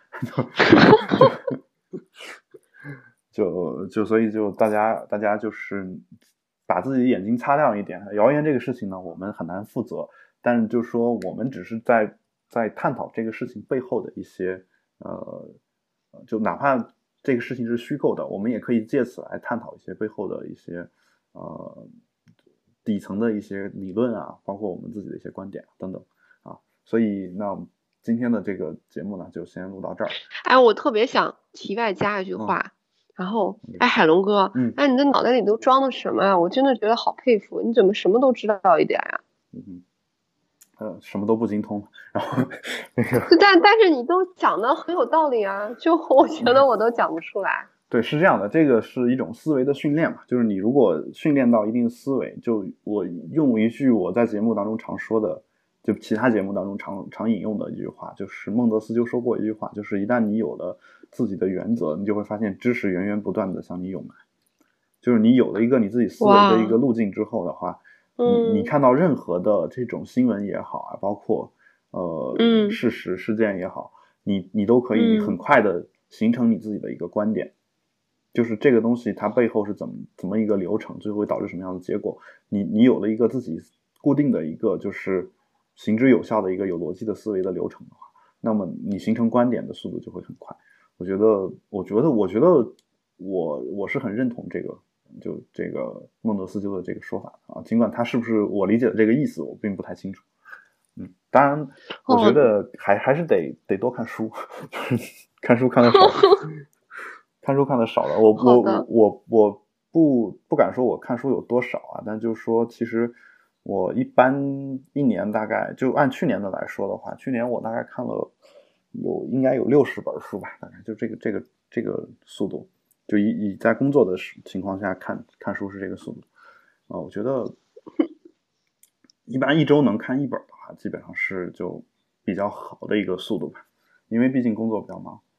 就就所以就大家大家就是把自己的眼睛擦亮一点，谣言这个事情呢我们很难负责，但是就说我们只是在在探讨这个事情背后的一些呃就哪怕这个事情是虚构的，我们也可以借此来探讨一些背后的一些呃底层的一些理论啊，包括我们自己的一些观点等等啊。所以那今天的这个节目呢就先录到这儿。 哎，我特别想题外加一句话、嗯然后，哎，海龙哥， 嗯， 哎，你的脑袋里都装的什么呀？我真的觉得好佩服，你怎么什么都知道一点呀？ 嗯，呃，什么都不精通，然后那个， 但但是你都讲的很有道理啊，就我觉得我都讲不出来。 对，是这样的，这个是一种思维的训练嘛，就是你如果训练到一定思维，就我用一句我在节目当中常说的，就其他节目当中常常引用的一句话，就是孟德斯鸠说过一句话，就是一旦你有了自己的原则，你就会发现知识源源不断的向你涌来。就是你有了一个你自己思维的一个路径之后的话，你你看到任何的这种新闻也好啊，包括呃、 嗯、 事实事件也好，你你都可以很快的形成你自己的一个观点。嗯，就是这个东西它背后是怎么怎么一个流程，最后会导致什么样的结果，你你有了一个自己固定的一个就是行之有效的一个有逻辑的思维的流程的话，那么你形成观点的速度就会很快。我觉得我觉得我觉得我我是很认同这个就这个孟德斯鸠的这个说法啊，尽管他是不是我理解的这个意思我并不太清楚。嗯，当然我觉得还、哦、还是得得多看书，就是看书看得少看书看的少了，我我我我不不敢说我看书有多少啊，但就是说，其实我一般一年大概就按去年的来说的话，去年我大概看了有应该有六十本书吧，大概就这个这个这个速度，就以以在工作的情况下看看书是这个速度啊、呃，我觉得一般一周能看一本的话，基本上是就比较好的一个速度吧，因为毕竟工作比较忙。啊，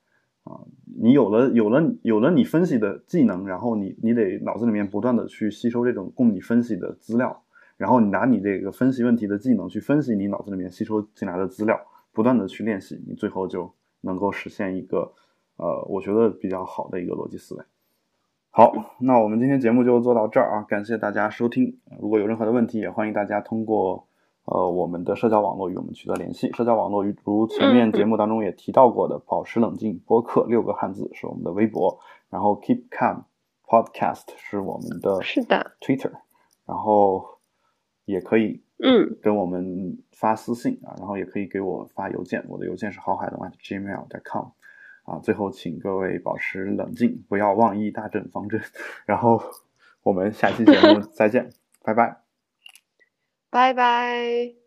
啊，你有了有了有了你分析的技能，然后你你得脑子里面不断的去吸收这种供你分析的资料，然后你拿你这个分析问题的技能去分析你脑子里面吸收进来的资料，不断的去练习，你最后就能够实现一个呃我觉得比较好的一个逻辑思维。好，那我们今天节目就做到这儿啊，感谢大家收听。如果有任何的问题，也欢迎大家通过呃我们的社交网络与我们取得联系。社交网络如前面节目当中也提到过的，保持冷静播客六个汉字是我们的微博，然后 Keep Calm Podcast 是我们的是的 Twitter， 然后也可以嗯跟我们发私信啊，然后也可以给我发邮件，我的邮件是郝海龙 at gmail dot com。啊，最后请各位保持冷静，不要妄议大阵方阵，然后我们下期节目再见，拜拜， 拜拜。